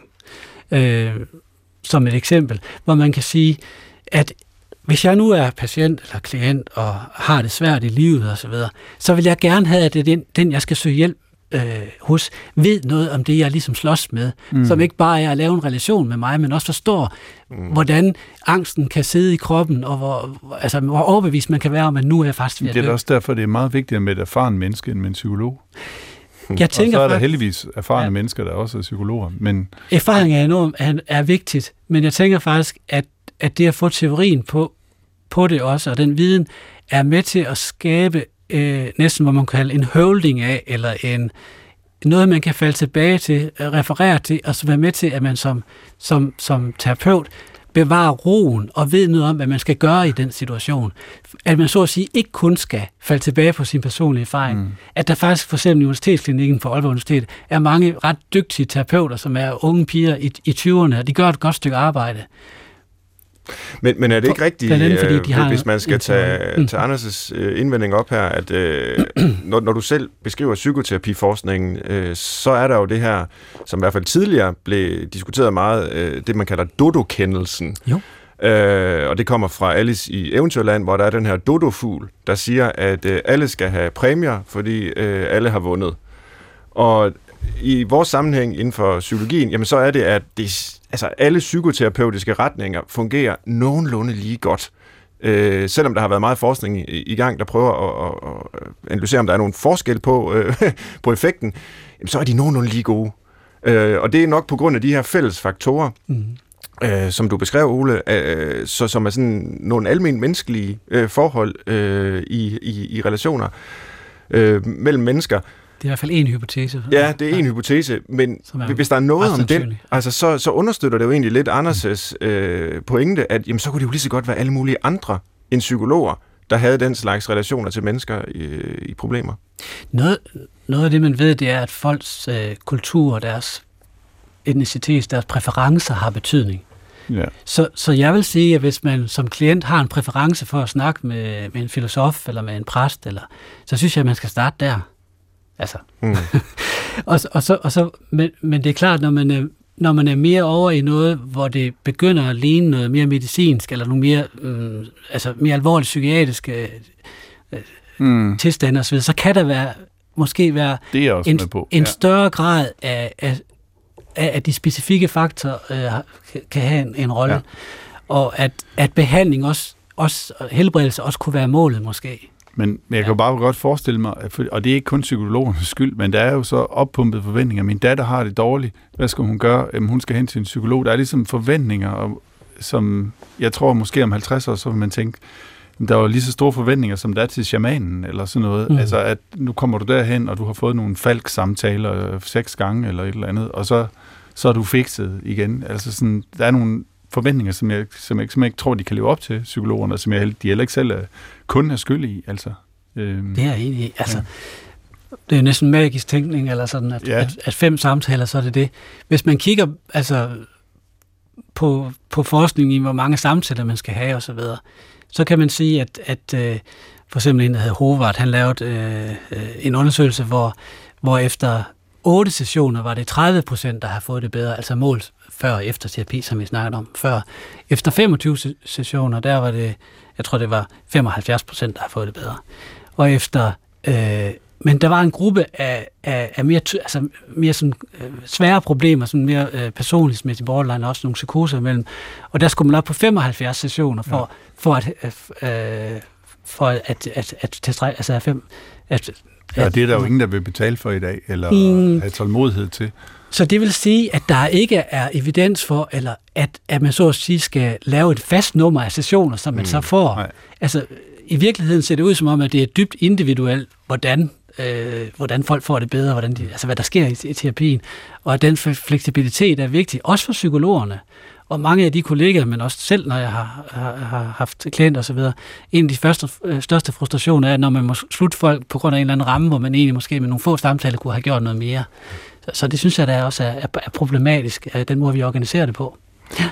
Speaker 1: øh, som et eksempel, hvor man kan sige, at hvis jeg nu er patient eller klient og har det svært i livet og så videre, så vil jeg gerne have, at det er den, den jeg skal søge hjælp øh, hos, ved noget om det, jeg ligesom slås med, mm. som ikke bare er at lave en relation med mig, men også forstår, mm. hvordan angsten kan sidde i kroppen, og hvor, altså, hvor overbevist man kan være om, at nu er jeg faktisk ved at dø.
Speaker 4: Det er også derfor, det er meget vigtigt med et erfaren menneske end med en psykolog.
Speaker 1: Jeg tænker,
Speaker 4: og så er der heldigvis erfarne ja, mennesker, der også er psykologer. Men
Speaker 1: erfaring er enormt er, er vigtigt, men jeg tænker faktisk, at at det at få teorien på, på det også, og den viden er med til at skabe øh, næsten, hvad man kan kalde en holding af, eller en, noget, man kan falde tilbage til, referere til, og så være med til, at man som, som, som terapeut bevarer roen og ved noget om, hvad man skal gøre i den situation. At man så at sige ikke kun skal falde tilbage på sin personlige erfaring. Mm. At der faktisk for eksempel i Universitetsklinikken for Aalborg Universitet er mange ret dygtige terapeuter, som er unge piger i, i tyverne, og de gør et godt stykke arbejde.
Speaker 2: Men, men er det ikke rigtigt,
Speaker 1: andet, fordi de har
Speaker 2: hvis man skal tage, tage Anders' indvending op her, at øh, når, når du selv beskriver psykoterapiforskningen, øh, så er der jo det her, som i hvert fald tidligere blev diskuteret meget, øh, det man kalder dodo-kendelsen. Jo. Øh, og det kommer fra Alice i Eventyrland, hvor der er den her dodo-fugl, der siger, at øh, alle skal have præmier, fordi øh, alle har vundet. Og i vores sammenhæng inden for psykologien, jamen så er det, at det, altså alle psykoterapeutiske retninger fungerer nogenlunde lige godt. Øh, selvom der har været meget forskning i, i gang, der prøver at, at, at analysere, om der er nogen forskel på, øh, på effekten, jamen så er de nogenlunde lige gode. Øh, og det er nok på grund af de her fælles faktorer, mm. øh, som du beskrev, Ole, øh, så, som er sådan nogle almen menneskelige øh, forhold øh, i, i, i relationer øh, mellem mennesker.
Speaker 1: Det er i hvert fald en hypotese.
Speaker 2: Ja, det er en ja. hypotese, men hvis der er noget om den, altså så, så understøtter det jo egentlig lidt Anders' øh, pointe, at jamen, så kunne det jo lige så godt være alle mulige andre end psykologer, der havde den slags relationer til mennesker i, i problemer.
Speaker 1: Noget, noget af det, man ved, det er, at folks øh, kultur, deres etnicitet, deres præferencer har betydning.
Speaker 4: Ja.
Speaker 1: Så, så jeg vil sige, at hvis man som klient har en præference for at snakke med, med en filosof eller med en præst, eller, så synes jeg, at man skal starte der. Altså. Mm. og, og så, og så, men, men det er klart, når man er, når man er mere over i noget, hvor det begynder at ligne noget mere medicinsk, eller nogle mere, øh, altså mere alvorligt psykiatriske øh, mm. tilstande osv., så kan der være, måske være
Speaker 4: det er også
Speaker 1: en,
Speaker 4: med på.
Speaker 1: en
Speaker 4: Ja.
Speaker 1: større grad af, af, af de specifikke faktorer øh, kan have en, en rolle, ja. Og at, at behandling også, også, helbredelse også kunne være målet måske.
Speaker 4: Men jeg kan jo bare godt forestille mig, og det er ikke kun psykologernes skyld, men der er jo så oppumpet forventninger. Min datter har det dårligt. Hvad skal hun gøre? Jamen, hun skal hen til en psykolog. Der er ligesom forventninger, som jeg tror måske om halvtreds år, så vil man tænke, der var lige så store forventninger, som der er til shamanen, eller sådan noget. Mm. Altså, at nu kommer du derhen, og du har fået nogle falk-samtaler seks gange, eller et eller andet, og så, så er du fikset igen. Altså, sådan, der er nogle forventninger, som jeg, som jeg, som jeg ikke tror, de kan leve op til, psykologerne, som jeg, de heller ikke selv er, kun er skyld i. Altså. Øhm,
Speaker 1: det er jeg enig i. Altså,
Speaker 4: ja.
Speaker 1: Det er næsten magisk tænkning, eller sådan, at, ja. at, at fem samtaler, så er det det. Hvis man kigger altså, på, på forskning i, hvor mange samtaler man skal have, og så videre, så kan man sige, at, at øh, for eksempel en, der hedder Hovard, han lavede øh, en undersøgelse, hvor, hvor efter otte sessioner var det tredive procent, der har fået det bedre, altså målt før og efter terapi, som vi snakkede om før. Efter femogtyve sessioner, der var det, jeg tror det var femoghalvfjerds procent, der har fået det bedre. Og efter, øh, men der var en gruppe af, af, af mere, altså mere sådan, øh, svære problemer, sådan mere øh, personlighedsmæssigt borderline, også nogle psykoser imellem, og der skulle man op på femoghalvfjerds sessioner for, ja. for at, øh, for at, at, at, at tilstrække, altså fem, at,
Speaker 4: ja, det er der jo ingen, der vil betale for i dag, eller mm, have tålmodighed til.
Speaker 1: Så det vil sige, at der ikke er evidens for, eller at, at man så at sige skal lave et fast nummer af sessioner, som man mm, så får. Nej. Altså, i virkeligheden ser det ud som om, at det er dybt individuelt, hvordan, øh, hvordan folk får det bedre, hvordan de, altså hvad der sker i, i terapien, og at den fleksibilitet er vigtig, også for psykologerne. Og mange af de kolleger, men også selv, når jeg har, har, har haft klienter osv., en af de første, største frustrationer er, når man må slutte folk på grund af en eller anden ramme, hvor man egentlig måske med nogle få samtaler kunne have gjort noget mere. Så, så det synes jeg, der også er, er problematisk, den måde, vi organiserer det på. Ja.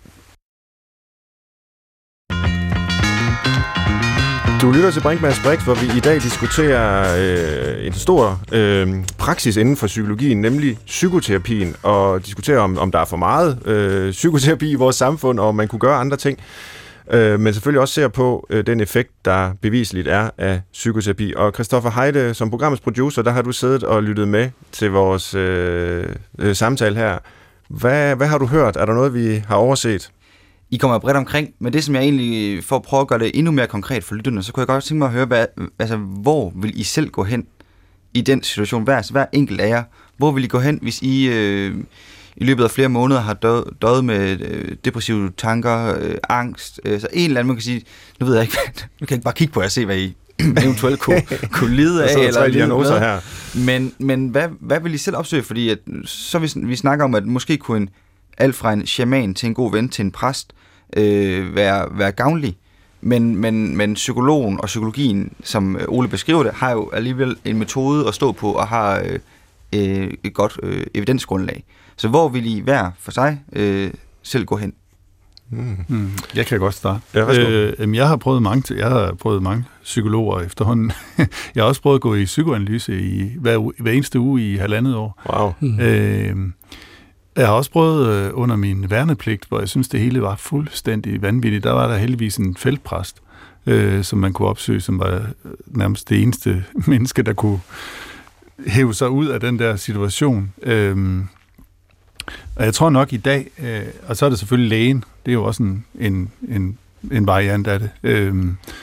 Speaker 2: Du lytter til Brinkmanns Brix, hvor vi i dag diskuterer øh, en stor øh, praksis inden for psykologien, nemlig psykoterapien, og diskuterer, om, om der er for meget øh, psykoterapi i vores samfund, og om man kunne gøre andre ting. Øh, men selvfølgelig også ser på øh, den effekt, der bevisligt er af psykoterapi. Og Christoffer Heide, som programmets producer, der har du siddet og lyttet med til vores øh, øh, samtale her. Hvad, hvad har du hørt? Er der noget, vi har overset?
Speaker 3: I kommer bredt omkring, men det som jeg egentlig, for at prøve at gøre det endnu mere konkret for lytterne, så kunne jeg godt tænke mig at høre, hvad, altså, hvor vil I selv gå hen i den situation? Hver, hver enkelt af jer, hvor vil I gå hen, hvis I øh, i løbet af flere måneder har dø, døjet med øh, depressive tanker, øh, angst, øh, så en eller anden, man kan sige, nu ved jeg ikke, nu kan jeg ikke bare kigge på jer og se, hvad I eventuelt kunne, kunne lide af, eller
Speaker 2: diagnoser her.
Speaker 3: Men, men hvad, hvad vil I selv opsøge? Fordi at, så vi, vi snakker om, at måske kunne en alt fra en shaman til en god ven til en præst, øh, være, være gavnlig. Men, men, men psykologen og psykologien, som Ole beskriver det, har jo alligevel en metode at stå på og har øh, et godt øh, evidensgrundlag. Så hvor vil I hver for sig øh, selv gå hen?
Speaker 4: Mm. Mm. Jeg kan godt starte.
Speaker 2: Ja,
Speaker 4: øh, jeg har prøvet mange, jeg har prøvet mange psykologer efterhånden. Jeg har også prøvet at gå i psykoanalyse i hver, hver eneste uge i halvandet år.
Speaker 2: Wow.
Speaker 4: Mm. Øh, Jeg har også prøvet øh, under min værnepligt, hvor jeg synes, det hele var fuldstændig vanvittigt. Der var der heldigvis en feltpræst, øh, som man kunne opsøge, som var nærmest det eneste menneske, der kunne hæve sig ud af den der situation. Øh, og jeg tror nok i dag, øh, og så er det selvfølgelig lægen, det er jo også en, en, en, en variant af det. Øh,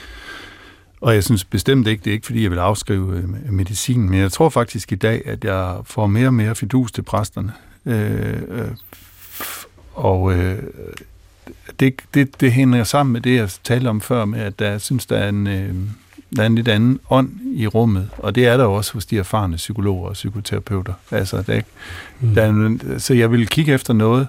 Speaker 4: og jeg synes bestemt ikke, det er ikke fordi, jeg vil afskrive øh, medicin, men jeg tror faktisk i dag, at jeg får mere og mere fidus til præsterne. Øh, øh, og øh, det, det, det hænger sammen med det, jeg talte om før, med at der, jeg synes, der er, en, øh, der er en lidt anden ånd i rummet, og det er der også hos de erfarne psykologer og psykoterapeuter. Altså, der, mm. der er, så jeg vil kigge efter noget,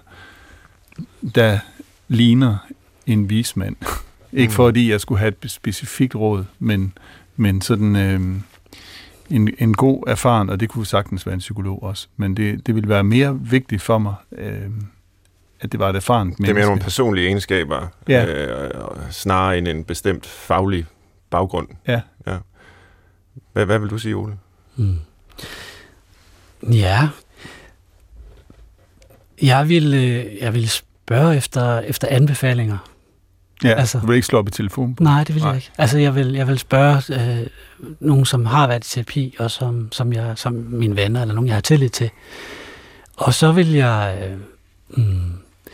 Speaker 4: der ligner en vismand. Ikke fordi jeg skulle have et specifikt råd, men, men sådan øh, en, en god erfaren, og det kunne sagtens være en psykolog også, men det, det ville være mere vigtigt for mig, øh, at det var et erfarent menneske.
Speaker 2: Det er mere nogle personlige egenskaber,
Speaker 4: ja.
Speaker 2: øh, snarere end en bestemt faglig baggrund.
Speaker 4: Ja.
Speaker 2: ja. Hvad, hvad vil du sige, Ole?
Speaker 1: Hmm. Ja, jeg vil, jeg vil spørge efter, efter anbefalinger.
Speaker 4: Ja, altså, du vil ikke slå op i telefonen?
Speaker 1: Nej, det vil nej. jeg ikke. Altså, jeg vil, jeg vil spørge øh, nogen, som har været i terapi, og som, som, jeg, som mine venner, eller nogen, jeg har tillid til. Og så vil jeg... Øh, mm,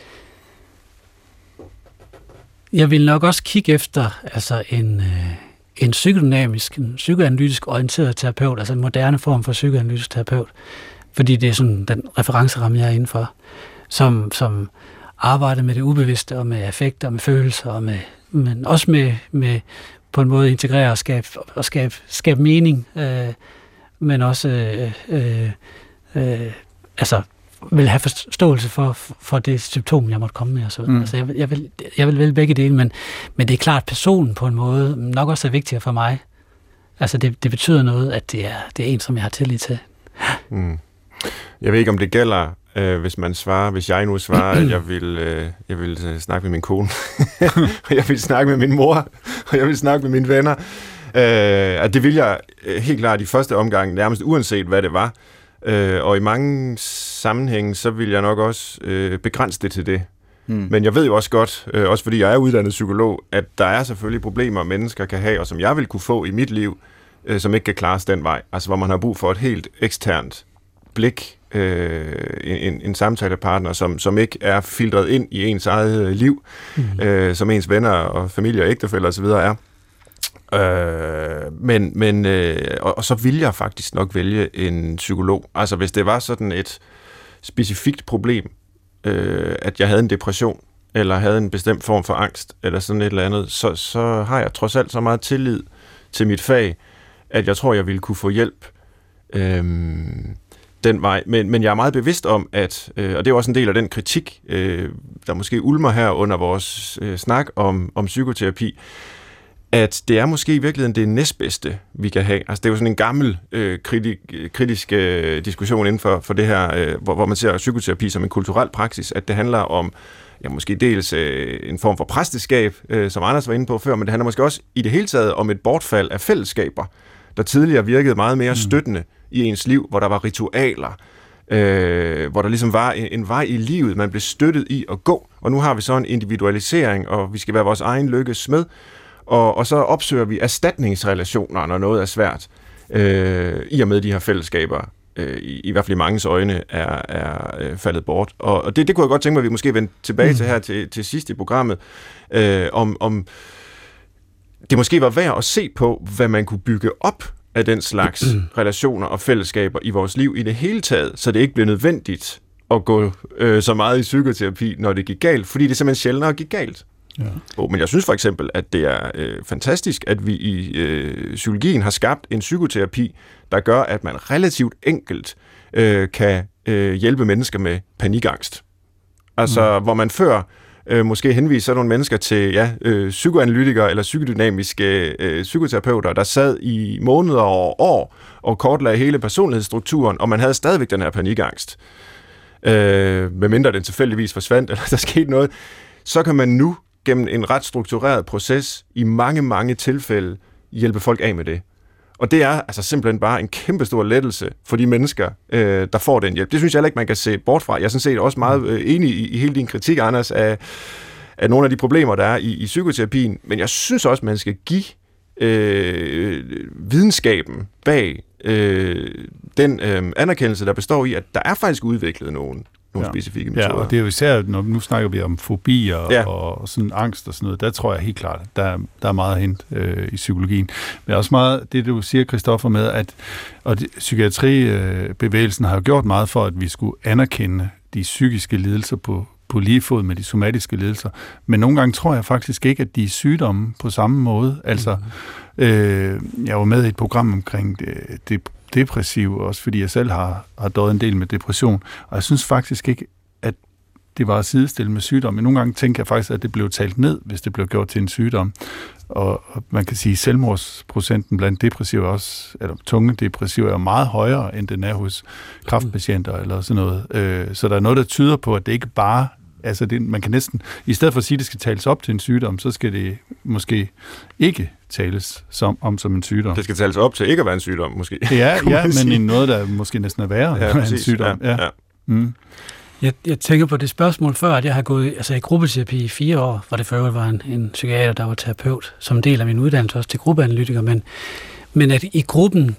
Speaker 1: jeg vil nok også kigge efter altså en, øh, en psykodynamisk, en psykoanalytisk orienteret terapeut, altså en moderne form for psykoanalytisk terapeut, fordi det er sådan den referenceramme, jeg er inden for, som... som arbejde med det ubevidste, og med affekter, og med følelser, og med, men også med, med på en måde integrere og skabe, og skabe, skabe mening, øh, men også øh, øh, øh, altså vil have forståelse for, for det symptom, jeg måtte komme med. Og så. Mm. Altså, jeg, jeg, vil, jeg vil vælge begge dele, men, men det er klart, at personen på en måde nok også er vigtigere for mig. Altså det, det betyder noget, at det er, det er en, som jeg har tillid til.
Speaker 2: Mm. Jeg ved ikke, om det gælder, øh, hvis man svarer, hvis jeg nu svarer, at jeg vil, øh, jeg vil øh, snakke med min kone, og jeg vil snakke med min mor, og jeg vil snakke med mine venner. Øh, at det vil jeg øh, helt klart i første omgang, nærmest uanset hvad det var. Øh, og i mange sammenhænge, så vil jeg nok også øh, begrænse det til det. Hmm. Men jeg ved jo også godt, øh, også fordi jeg er uddannet psykolog, at der er selvfølgelig problemer, mennesker kan have, og som jeg vil kunne få i mit liv, øh, som ikke kan klares den vej. Altså hvor man har brug for et helt eksternt blik, øh, en, en samtalepartner, som, som ikke er filtreret ind i ens eget liv, hmm. øh, som ens venner og familie og ægtefæller osv. er. Øh, men, men øh, og, og så vil jeg faktisk nok vælge en psykolog. Altså hvis det var sådan et specifikt problem, øh, at jeg havde en depression, eller havde en bestemt form for angst, eller sådan et eller andet, så, så har jeg trods alt så meget tillid til mit fag, at jeg tror, jeg ville kunne få hjælp øh, den vej. Men, men jeg er meget bevidst om, at, øh, og det er også en del af den kritik, øh, der måske ulmer her under vores øh, snak om, om psykoterapi, at det er måske i virkeligheden det næstbedste, vi kan have. Altså det er jo sådan en gammel øh, kritik, kritisk øh, diskussion inden for, for det her, øh, hvor, hvor man ser psykoterapi som en kulturel praksis, at det handler om, ja måske dels øh, en form for præsteskab, øh, som Anders var inde på før, men det handler måske også i det hele taget om et bortfald af fællesskaber, der tidligere virkede meget mere støttende i ens liv, hvor der var ritualer, øh, hvor der ligesom var en, en vej i livet, man blev støttet i at gå. Og nu har vi så en individualisering, og vi skal være vores egen lykkes smed. Og, og så opsøger vi erstatningsrelationer, når noget er svært, øh, i og med de her fællesskaber, øh, i, i hvert fald i manges øjne, er, er øh, faldet bort. Og, og det, det kunne jeg godt tænke mig, at vi måske vender tilbage mm. til her til, til sidst i programmet, øh, om, om det måske var værd at se på, hvad man kunne bygge op af den slags mm. relationer og fællesskaber i vores liv i det hele taget, så det ikke bliver nødvendigt at gå øh, så meget i psykoterapi, når det gik galt, fordi det simpelthen sjældnere gik galt. Ja. Oh, men jeg synes for eksempel, at det er øh, fantastisk, at vi i øh, psykologien har skabt en psykoterapi, der gør, at man relativt enkelt øh, kan øh, hjælpe mennesker med panikangst. Altså, mm. hvor man før øh, måske henviser nogle mennesker til ja, øh, psykoanalytikere eller psykodynamiske øh, psykoterapeuter, der sad i måneder og år og kortlagde hele personlighedsstrukturen, og man havde stadigvæk den her panikangst. Øh, medmindre den tilfældigvis forsvandt, eller der skete noget, så kan man nu gennem en ret struktureret proces i mange, mange tilfælde hjælpe folk af med det. Og det er altså simpelthen bare en kæmpestor lettelse for de mennesker, øh, der får den hjælp. Det synes jeg heller ikke, man kan se bort fra. Jeg er sådan set også meget øh, enig i, i hele din kritik, Anders, af, af nogle af de problemer, der er i, i psykoterapien. Men jeg synes også, man skal give øh, videnskaben bag øh, den øh, anerkendelse, der består i, at der er faktisk udviklet nogen nogle ja. specifikke metoder. Ja,
Speaker 4: og det er jo især, når nu snakker vi om fobier ja. og sådan angst og sådan noget, der tror jeg helt klart, at der, der er meget at hente øh, i psykologien. Men også meget det, du siger, Christoffer, med, at og det, psykiatribevægelsen har jo gjort meget for, at vi skulle anerkende de psykiske lidelser på, på lige fod med de somatiske lidelser. Men nogle gange tror jeg faktisk ikke, at de er sygdomme på samme måde. Altså, mm. øh, jeg var med i et program omkring det, det depressiv, også fordi jeg selv har, har døjet en del med depression, og jeg synes faktisk ikke, at det var at sidestille med sygdom. Men nogle gange tænker jeg faktisk, at det blev talt ned, hvis det blev gjort til en sygdom. Og, og man kan sige, at selvmordsprocenten blandt depressive også, eller tunge depressive, er meget højere, end den er hos kræftpatienter eller sådan noget. Øh, så der er noget, der tyder på, at det ikke bare Altså, det, man kan næsten, i stedet for at sige, at det skal tales op til en sygdom, så skal det måske ikke tales som, om som en sygdom.
Speaker 2: Det skal tales op til ikke at være en sygdom, måske.
Speaker 4: Ja, ja men i noget, der måske næsten er værre
Speaker 2: ja,
Speaker 4: end en sygdom.
Speaker 2: Ja, ja.
Speaker 4: Mm.
Speaker 1: Jeg, jeg tænker på det spørgsmål før, at jeg har gået altså i gruppeterapi i fire år, hvor det før var en, en psykiater, der var terapeut, som del af min uddannelse også til gruppeanalytiker, men, men at i gruppen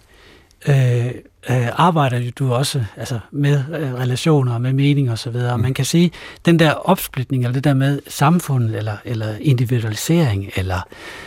Speaker 1: øh, øh, arbejder du også altså med øh, relationer, med mening og så videre. Mm. Man kan sige, den der opsplitning, eller det der med samfundet, eller, eller individualisering, eller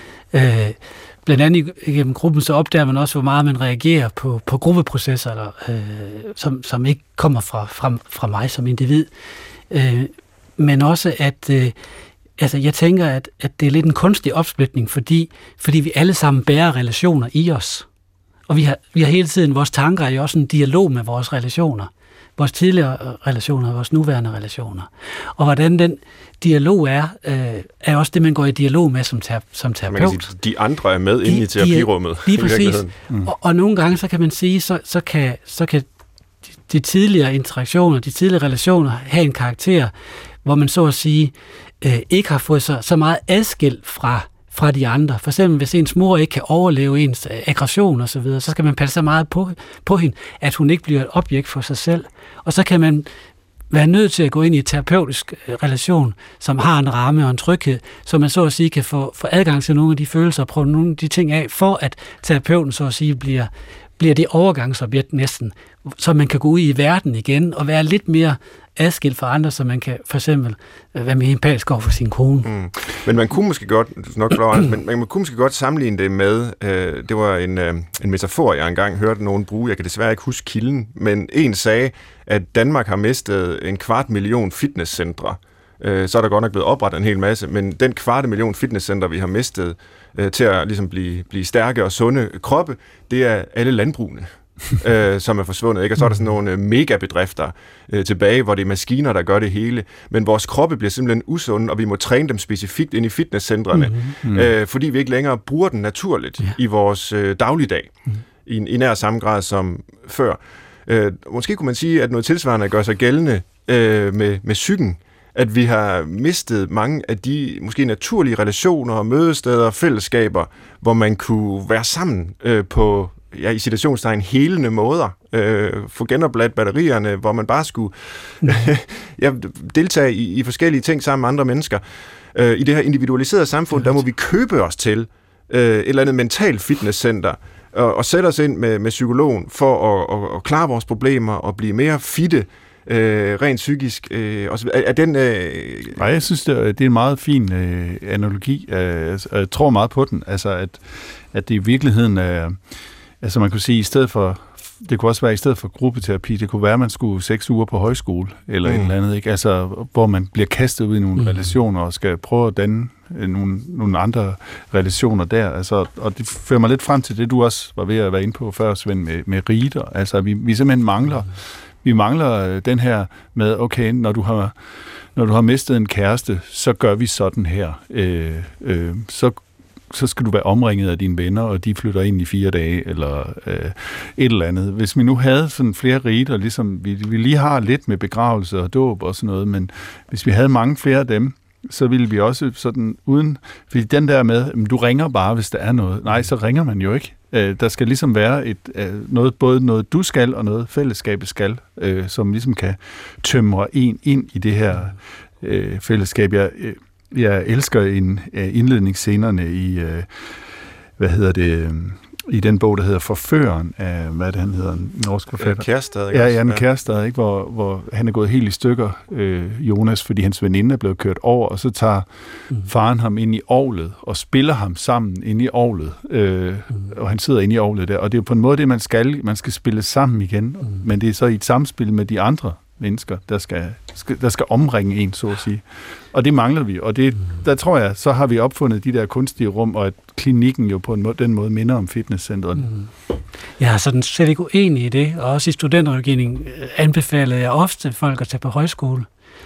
Speaker 1: øh, blandt andet igennem gruppen, så opdager man også, hvor meget man reagerer på, på gruppeprocesser, eller, øh, som, som ikke kommer fra, fra, fra mig som individ. Øh, men også, at øh, altså, jeg tænker, at, at det er lidt en kunstig opsplitning, fordi, fordi vi alle sammen bærer relationer i os. Og vi har, vi har hele tiden, vores tanker er jo også en dialog med vores relationer. Vores tidligere relationer og vores nuværende relationer. Og hvordan den dialog er, øh, er også det, man går i dialog med som, ter- som terapeut.
Speaker 2: Man kan sige, de andre er med de, inde i terapirummet.
Speaker 1: Lige præcis. Mm. Og, og nogle gange, så kan man sige, så, så kan, så kan de, de tidligere interaktioner, de tidligere relationer have en karakter, hvor man så at sige, øh, ikke har fået så, så meget adskilt fra fra de andre. For eksempel, hvis ens mor ikke kan overleve ens aggression og så videre, så skal man passe så meget på, på hende, at hun ikke bliver et objekt for sig selv. Og så kan man være nødt til at gå ind i en terapeutisk relation, som har en ramme og en tryghed, så man så at sige kan få, få adgang til nogle af de følelser og prøve nogle af de ting af, for at terapeuten så at sige bliver, bliver det overgangsobjekt næsten, så man kan gå ud i verden igen og være lidt mere adskilt fra andre, så man kan for eksempel være mere empatisk over for sin kone. Mm.
Speaker 2: Men man kunne måske godt, nok flot, men man kunne måske godt sammenligne det med, øh, det var en, øh, en metafor, jeg engang hørte nogen bruge, jeg kan desværre ikke huske kilden, men en sagde, at Danmark har mistet en kvart million fitnesscentre. Øh, så er der godt nok blevet oprettet en hel masse, men den kvarte million fitnesscentre, vi har mistet øh, til at ligesom blive, blive stærke og sunde kroppe, det er alle landbrugene. øh, som er forsvundet, ikke? Og så er der sådan nogle øh, megabedrifter øh, tilbage, hvor det er maskiner, der gør det hele. Men vores kroppe bliver simpelthen usunde, og vi må træne dem specifikt ind i fitnesscentrene, mm-hmm. øh, fordi vi ikke længere bruger den naturligt yeah. i vores øh, dagligdag, mm-hmm. i, i nær samme grad som før. Øh, måske kunne man sige, at noget tilsvarende gør sig gældende øh, med, med psyken, at vi har mistet mange af de måske naturlige relationer, mødesteder, fællesskaber, hvor man kunne være sammen øh, på ja, i situationstegn helende måder, øh, få genopladt batterierne, hvor man bare skulle ja, deltage i, i forskellige ting sammen med andre mennesker. Øh, I det her individualiserede samfund, der må vi købe os til øh, et eller andet mental fitnesscenter, og, og sætte os ind med, med psykologen for at, at, at klare vores problemer og blive mere fitte, øh, rent psykisk. Øh, og så, er, er den, øh...
Speaker 4: Nej, jeg synes, det er, det er en meget fin øh, analogi. Jeg, jeg tror meget på den. Altså, at, at det i virkeligheden er... Altså man kunne sige, i stedet for, det kunne også være i stedet for gruppeterapi, det kunne være, at man skulle seks uger på højskole, eller mm. et eller andet, ikke? Altså, hvor man bliver kastet ud i nogle mm. relationer, og skal prøve at danne nogle, nogle andre relationer der. Altså, og det fører mig lidt frem til det, du også var ved at være inde på før, Svend, med, med rider. Altså, vi, vi simpelthen mangler, mm. vi mangler den her med, okay, når du har, når du har mistet en kæreste, så gør vi sådan her. Øh, øh, så så skal du være omringet af dine venner, og de flytter ind i fire dage, eller øh, et eller andet. Hvis vi nu havde sådan flere riter, ligesom vi, vi lige har lidt med begravelse og dåb og sådan noget, men hvis vi havde mange flere af dem, så ville vi også sådan uden... Fordi den der med, du ringer bare, hvis der er noget. Nej, så ringer man jo ikke. Øh, der skal ligesom være et, øh, noget, både noget du skal, og noget fællesskabet skal, øh, som ligesom kan tømre en ind i det her øh, fællesskab. Jeg... Øh, Jeg elsker en af indledningsscenerne i, øh, hvad hedder det, i den bog, der hedder Forføreren af, hvad det han hedder, en norsk forfatter.
Speaker 2: Kærestad,
Speaker 4: ikke? Ja, Jan Kærestad, ikke? Hvor, hvor han er gået helt i stykker, øh, Jonas, fordi hans veninde er blevet kørt over, og så tager mm. faren ham ind i orglet, og spiller ham sammen ind i orglet, øh, mm. og han sidder inde i orglet der, og det er på en måde det, man skal, man skal spille sammen igen, mm. men det er så i et samspil med de andre mennesker, der skal, skal, der skal omringe en, så at sige. Og det mangler vi, og det, der tror jeg, så har vi opfundet de der kunstige rum, og at klinikken jo på en måde, den måde minder om fitnesscentret. Mm.
Speaker 1: Jeg er sådan slet ikke uenig i det, og også i studenterrådgivning anbefalede jeg ofte folk at tage på højskole.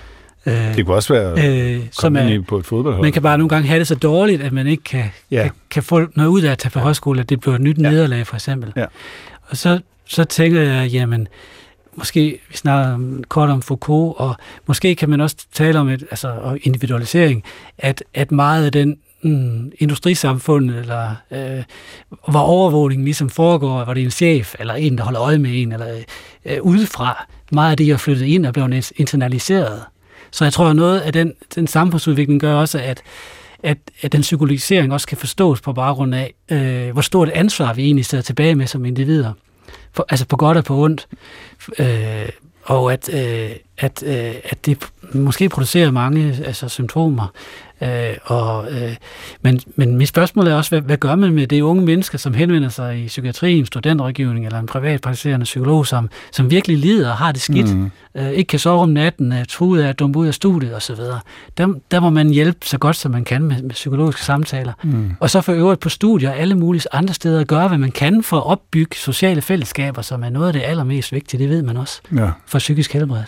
Speaker 4: Det kunne også være øh, som er, på et fodboldhold.
Speaker 1: Man kan bare nogle gange have det så dårligt, at man ikke kan, ja. kan, kan få noget ud af at tage på ja. højskole, at det bliver et nyt ja. nederlag, for eksempel. Ja. Og så, så tænker jeg, jamen, måske vi snakker kort om Foucault, og måske kan man også tale om et, altså individualisering, at, at meget af den mm, industrisamfund, eller øh, hvor overvågningen ligesom foregår, hvor det er en chef, eller en, der holder øje med en, eller øh, udefra, meget af det er flyttet ind og blevet internaliseret. Så jeg tror, at noget af den, den samfundsudvikling gør også, at, at, at den psykologisering også kan forstås på baggrund af, øh, hvor stort et ansvar vi egentlig sidder tilbage med som individer. For, altså på godt og på ondt. Øh, og at, øh, at, øh, at det måske producerer mange altså, symptomer. Øh, og, øh, men, men mit spørgsmål er også, hvad, hvad gør man med de unge mennesker, som henvender sig i psykiatrien, studentrådgivning eller en privatpraktiserende psykolog, som, som virkelig lider og har det skidt, mm. øh, ikke kan sove om natten, er truet af at dumpe ud af studiet osv. Der, der må man hjælpe så godt, som man kan med, med psykologiske samtaler. Mm. Og så for øvrigt på studier og alle mulige andre steder gøre, hvad man kan for at opbygge sociale fællesskaber, som er noget af det allermest vigtige, det ved man også, ja. For psykisk helbred.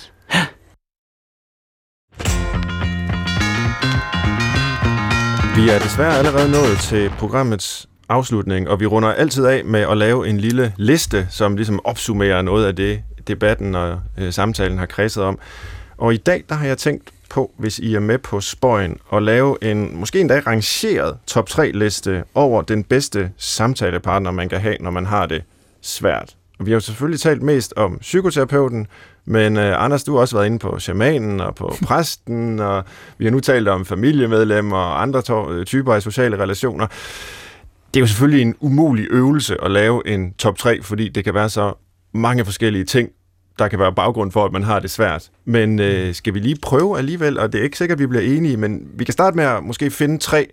Speaker 2: Vi er desværre allerede nået til programmets afslutning, og vi runder altid af med at lave en lille liste, som ligesom opsummerer noget af det, debatten og øh, samtalen har kredset om. Og i dag, der har jeg tænkt på, hvis I er med på spøjen, at lave en måske endda rangeret top tre liste over den bedste samtalepartner, man kan have, når man har det svært. Og vi har jo selvfølgelig talt mest om psykoterapeuten, men uh, Anders, du har også været inde på shamanen og på præsten, og vi har nu talt om familiemedlemmer og andre to- typer af sociale relationer. Det er jo selvfølgelig en umulig øvelse at lave en top tre, fordi det kan være så mange forskellige ting, der kan være baggrund for, at man har det svært. Men uh, skal vi lige prøve alligevel, og det er ikke sikkert, at vi bliver enige, men vi kan starte med at måske finde tre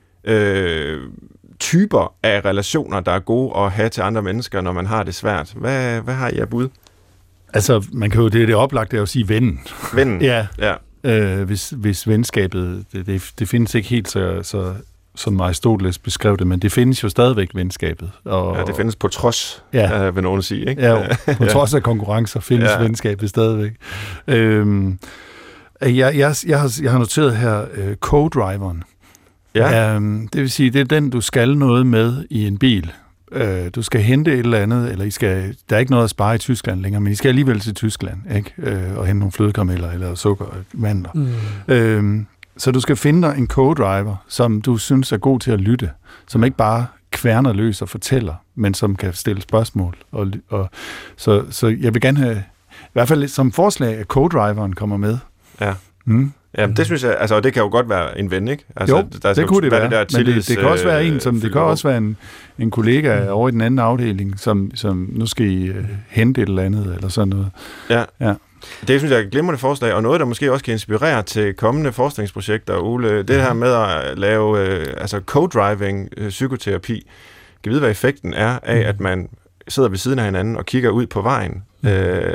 Speaker 2: øh, typer af relationer, der er gode at have til andre mennesker, når man har det svært. Hvad, hvad har I af bud?
Speaker 4: Altså, man kan jo, det er det oplagte at sige vennen.
Speaker 2: Vennen?
Speaker 4: Ja.
Speaker 2: ja.
Speaker 4: Øh, hvis, hvis venskabet, det, det, det findes ikke helt så, så som Aristoteles beskrev det, men det findes jo stadigvæk venskabet. Og,
Speaker 2: ja, det findes på trods,
Speaker 4: ja.
Speaker 2: øh, vil nogen sige, ikke?
Speaker 4: Ja, på trods af konkurrencer findes ja. venskabet stadigvæk. Øhm, jeg, jeg, jeg, har, jeg har noteret her uh, co-driveren. Ja. Um, det vil sige, det er den, du skal noget med i en bil. Uh, du skal hente et eller andet, eller I skal, der er ikke noget at spare i Tyskland længere, men I skal alligevel til Tyskland, ikke? Uh, og hente nogle flødekarameller eller sukker og mandler. Mm. Um, så du skal finde dig en co-driver, som du synes er god til at lytte, som ikke bare kværner løs og fortæller, men som kan stille spørgsmål. Og, og, så, så jeg vil gerne have, i hvert fald som forslag, at co-driveren kommer med.
Speaker 2: Ja.
Speaker 4: Mm.
Speaker 2: Ja, det synes jeg, altså, og det kan jo godt være en ven, ikke? Altså,
Speaker 4: jo,
Speaker 2: der
Speaker 4: det kunne det være,
Speaker 2: det der
Speaker 4: tillids, men det, det kan også være en, som, det kan også være en, en kollega mm. over i den anden afdeling, som, som nu skal I uh, hente et eller andet, eller sådan noget.
Speaker 2: Ja,
Speaker 4: ja.
Speaker 2: Det synes jeg er et glimrende forslag, og noget, der måske også kan inspirere til kommende forskningsprojekter, Ole, det her med at lave øh, altså co-driving øh, psykoterapi. Kan vide, hvad effekten er af, at man sidder ved siden af hinanden og kigger ud på vejen, øh,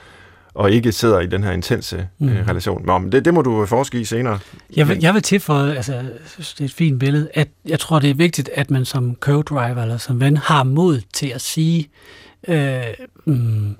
Speaker 2: og ikke sidder i den her intense øh, relation. Men det, det må du forske i senere.
Speaker 1: Jeg vil, jeg vil tilføje, altså, jeg synes, det er et fint billede, at jeg tror, det er vigtigt, at man som co-driver eller som ven har mod til at sige, øh, mm,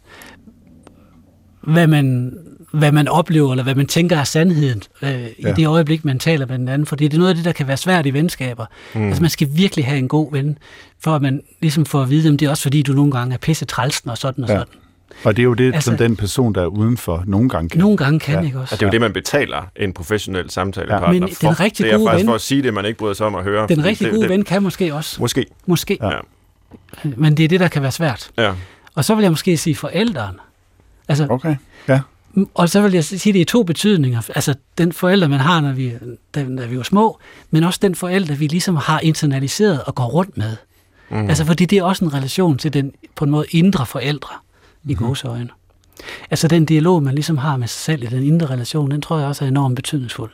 Speaker 1: hvad man, hvad man oplever, eller hvad man tænker er sandheden øh, ja. i det øjeblik, man taler med den anden. Fordi det er noget af det, der kan være svært i venskaber. Mm. Altså, man skal virkelig have en god ven, for at man ligesom får at vide, om det er også fordi, du nogle gange er pisse trælsen og sådan og ja. sådan.
Speaker 4: Og det er jo det, altså, som den person, der er udenfor, nogle gange kan.
Speaker 1: Nogle gange kan,
Speaker 4: ja.
Speaker 1: ikke også?
Speaker 2: Og det er jo det, man betaler en professionel samtalepartner
Speaker 1: ja. Men
Speaker 2: for.
Speaker 1: Den rigtig
Speaker 2: det er
Speaker 1: gode
Speaker 2: faktisk
Speaker 1: ven,
Speaker 2: for at sige det, man ikke bryder sig om at høre.
Speaker 1: Den rigtig
Speaker 2: det,
Speaker 1: gode
Speaker 2: det,
Speaker 1: ven kan måske også.
Speaker 2: Måske.
Speaker 1: Måske.
Speaker 2: Ja.
Speaker 1: Men det er det, der kan være svært.
Speaker 2: Ja.
Speaker 1: Og så vil jeg måske sige forældrene. Altså,
Speaker 4: okay, ja.
Speaker 1: Og så vil jeg sige, det er to betydninger. Altså, den forælder, man har, når vi, da, da vi var små, men også den forælder, vi ligesom har internaliseret og går rundt med. Mm. Altså, fordi det er også en relation til den, på en måde, indre forældre i mm-hmm. gåseøjne. Altså, den dialog, man ligesom har med sig selv i den indre relation, den tror jeg også er enormt betydningsfuld.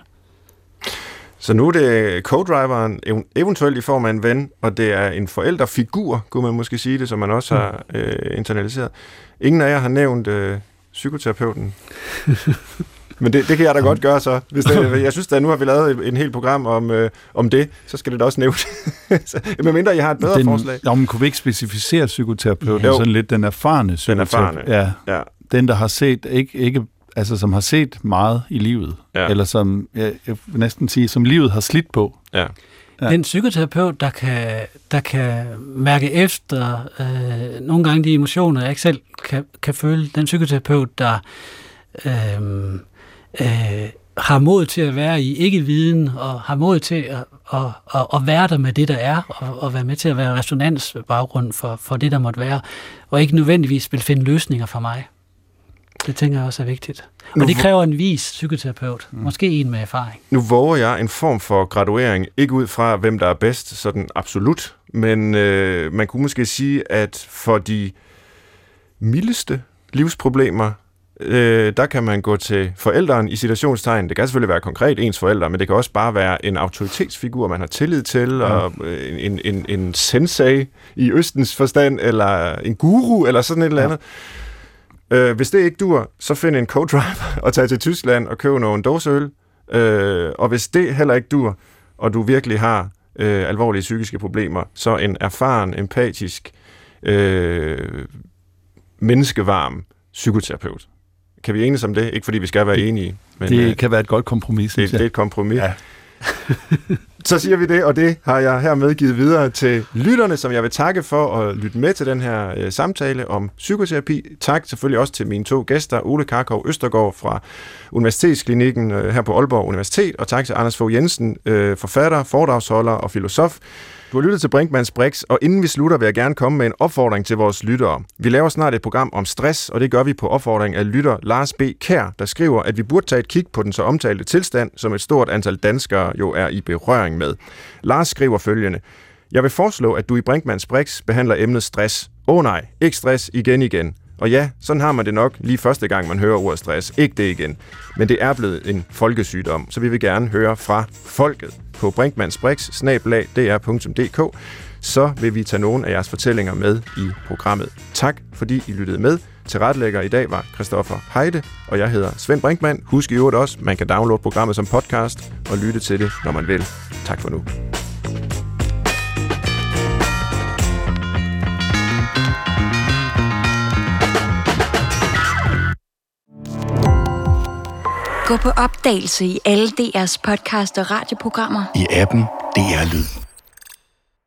Speaker 2: Så nu er det co-driveren, eventuelt i form af en ven, og det er en forældrefigur, kunne man måske sige det, som man også har øh, internaliseret. Ingen af jer har nævnt øh, psykoterapeuten. Men det, det kan jeg da godt gøre så. Hvis det, jeg synes, at nu har vi lavet en hel program om, øh, om det, så skal det da også nævnes. Men mindre I har et bedre
Speaker 4: den,
Speaker 2: forslag.
Speaker 4: Nå, men kunne vi ikke specificere psykoterapeuten? Ja. Sådan lidt den erfarne psykoterapeut.
Speaker 2: Den erfarne.
Speaker 4: Ja.
Speaker 2: ja.
Speaker 4: Den, der har set, ikke, ikke, altså som har set meget i livet. Ja. Eller som, jeg, jeg vil næsten sige, som livet har slidt på.
Speaker 2: Ja.
Speaker 1: Ja. Den psykoterapeut, der kan, der kan mærke efter øh, nogle gange de emotioner, jeg ikke selv kan, kan føle. Den psykoterapeut, der øh, øh, har mod til at være i ikke-viden, og har mod til at, at, at, at være der med det, der er, og, og være med til at være resonansbaggrund for, for det, der måtte være, og ikke nødvendigvis vil finde løsninger for mig. Det tænker jeg også er vigtigt. Og nu, det kræver en vis psykoterapeut. Mm. Måske en med erfaring.
Speaker 2: Nu våger jeg en form for graduering, ikke ud fra, hvem der er bedst, sådan absolut, men øh, man kunne måske sige, at for de mildeste livsproblemer, øh, der kan man gå til forældren i situationstegn. Det kan selvfølgelig være konkret ens forældre, men det kan også bare være en autoritetsfigur, man har tillid til, ja. og en, en, en sensei i Østens forstand, eller en guru, eller sådan et eller andet. Ja. Hvis det ikke dur, så find en co-driver og tag til Tyskland og køb nogle dåseøl. Øh, og hvis det heller ikke dur, og du virkelig har øh, alvorlige psykiske problemer, så en erfaren, empatisk, øh, menneskevarm psykoterapeut. Kan vi enes om det? Ikke fordi vi skal være enige. Men,
Speaker 4: det øh, kan være et godt kompromis.
Speaker 2: Det, det er et kompromis. Ja. Så siger vi det, og det har jeg hermed givet videre til lytterne, som jeg vil takke for at lytte med til den her øh, samtale om psykoterapi. Tak selvfølgelig også til mine to gæster, Ole Karkov Østergaard fra Universitetsklinikken øh, her på Aalborg Universitet, og tak til Anders Fogh Jensen, øh, forfatter, foredragsholder og filosof. Du har lyttet til Brinkmanns Brix, og inden vi slutter, vil jeg gerne komme med en opfordring til vores lyttere. Vi laver snart et program om stress, og det gør vi på opfordring af lytter Lars B. Kjær, der skriver, at vi burde tage et kig på den så omtalte tilstand, som et stort antal danskere jo er i berøring med. Lars skriver følgende: Jeg vil foreslå, at du i Brinkmanns Brix behandler emnet stress. Åh oh, nej, ikke stress igen igen. Og ja, sådan har man det nok lige første gang, man hører ordet stress. Ikke det igen. Men det er blevet en folkesygdom, så vi vil gerne høre fra folket. På brinkmannsbrix snabel-a d r punktum d k, så vil vi tage nogle af jeres fortællinger med i programmet. Tak, fordi I lyttede med. Tilrettelægger i dag var Christoffer Heide, og jeg hedder Svend Brinkmann. Husk i øvrigt også, man kan downloade programmet som podcast og lytte til det, når man vil. Tak for nu.
Speaker 5: Gå på opdagelse i alle D R's podcast og radioprogrammer.
Speaker 6: I appen D R Lyd.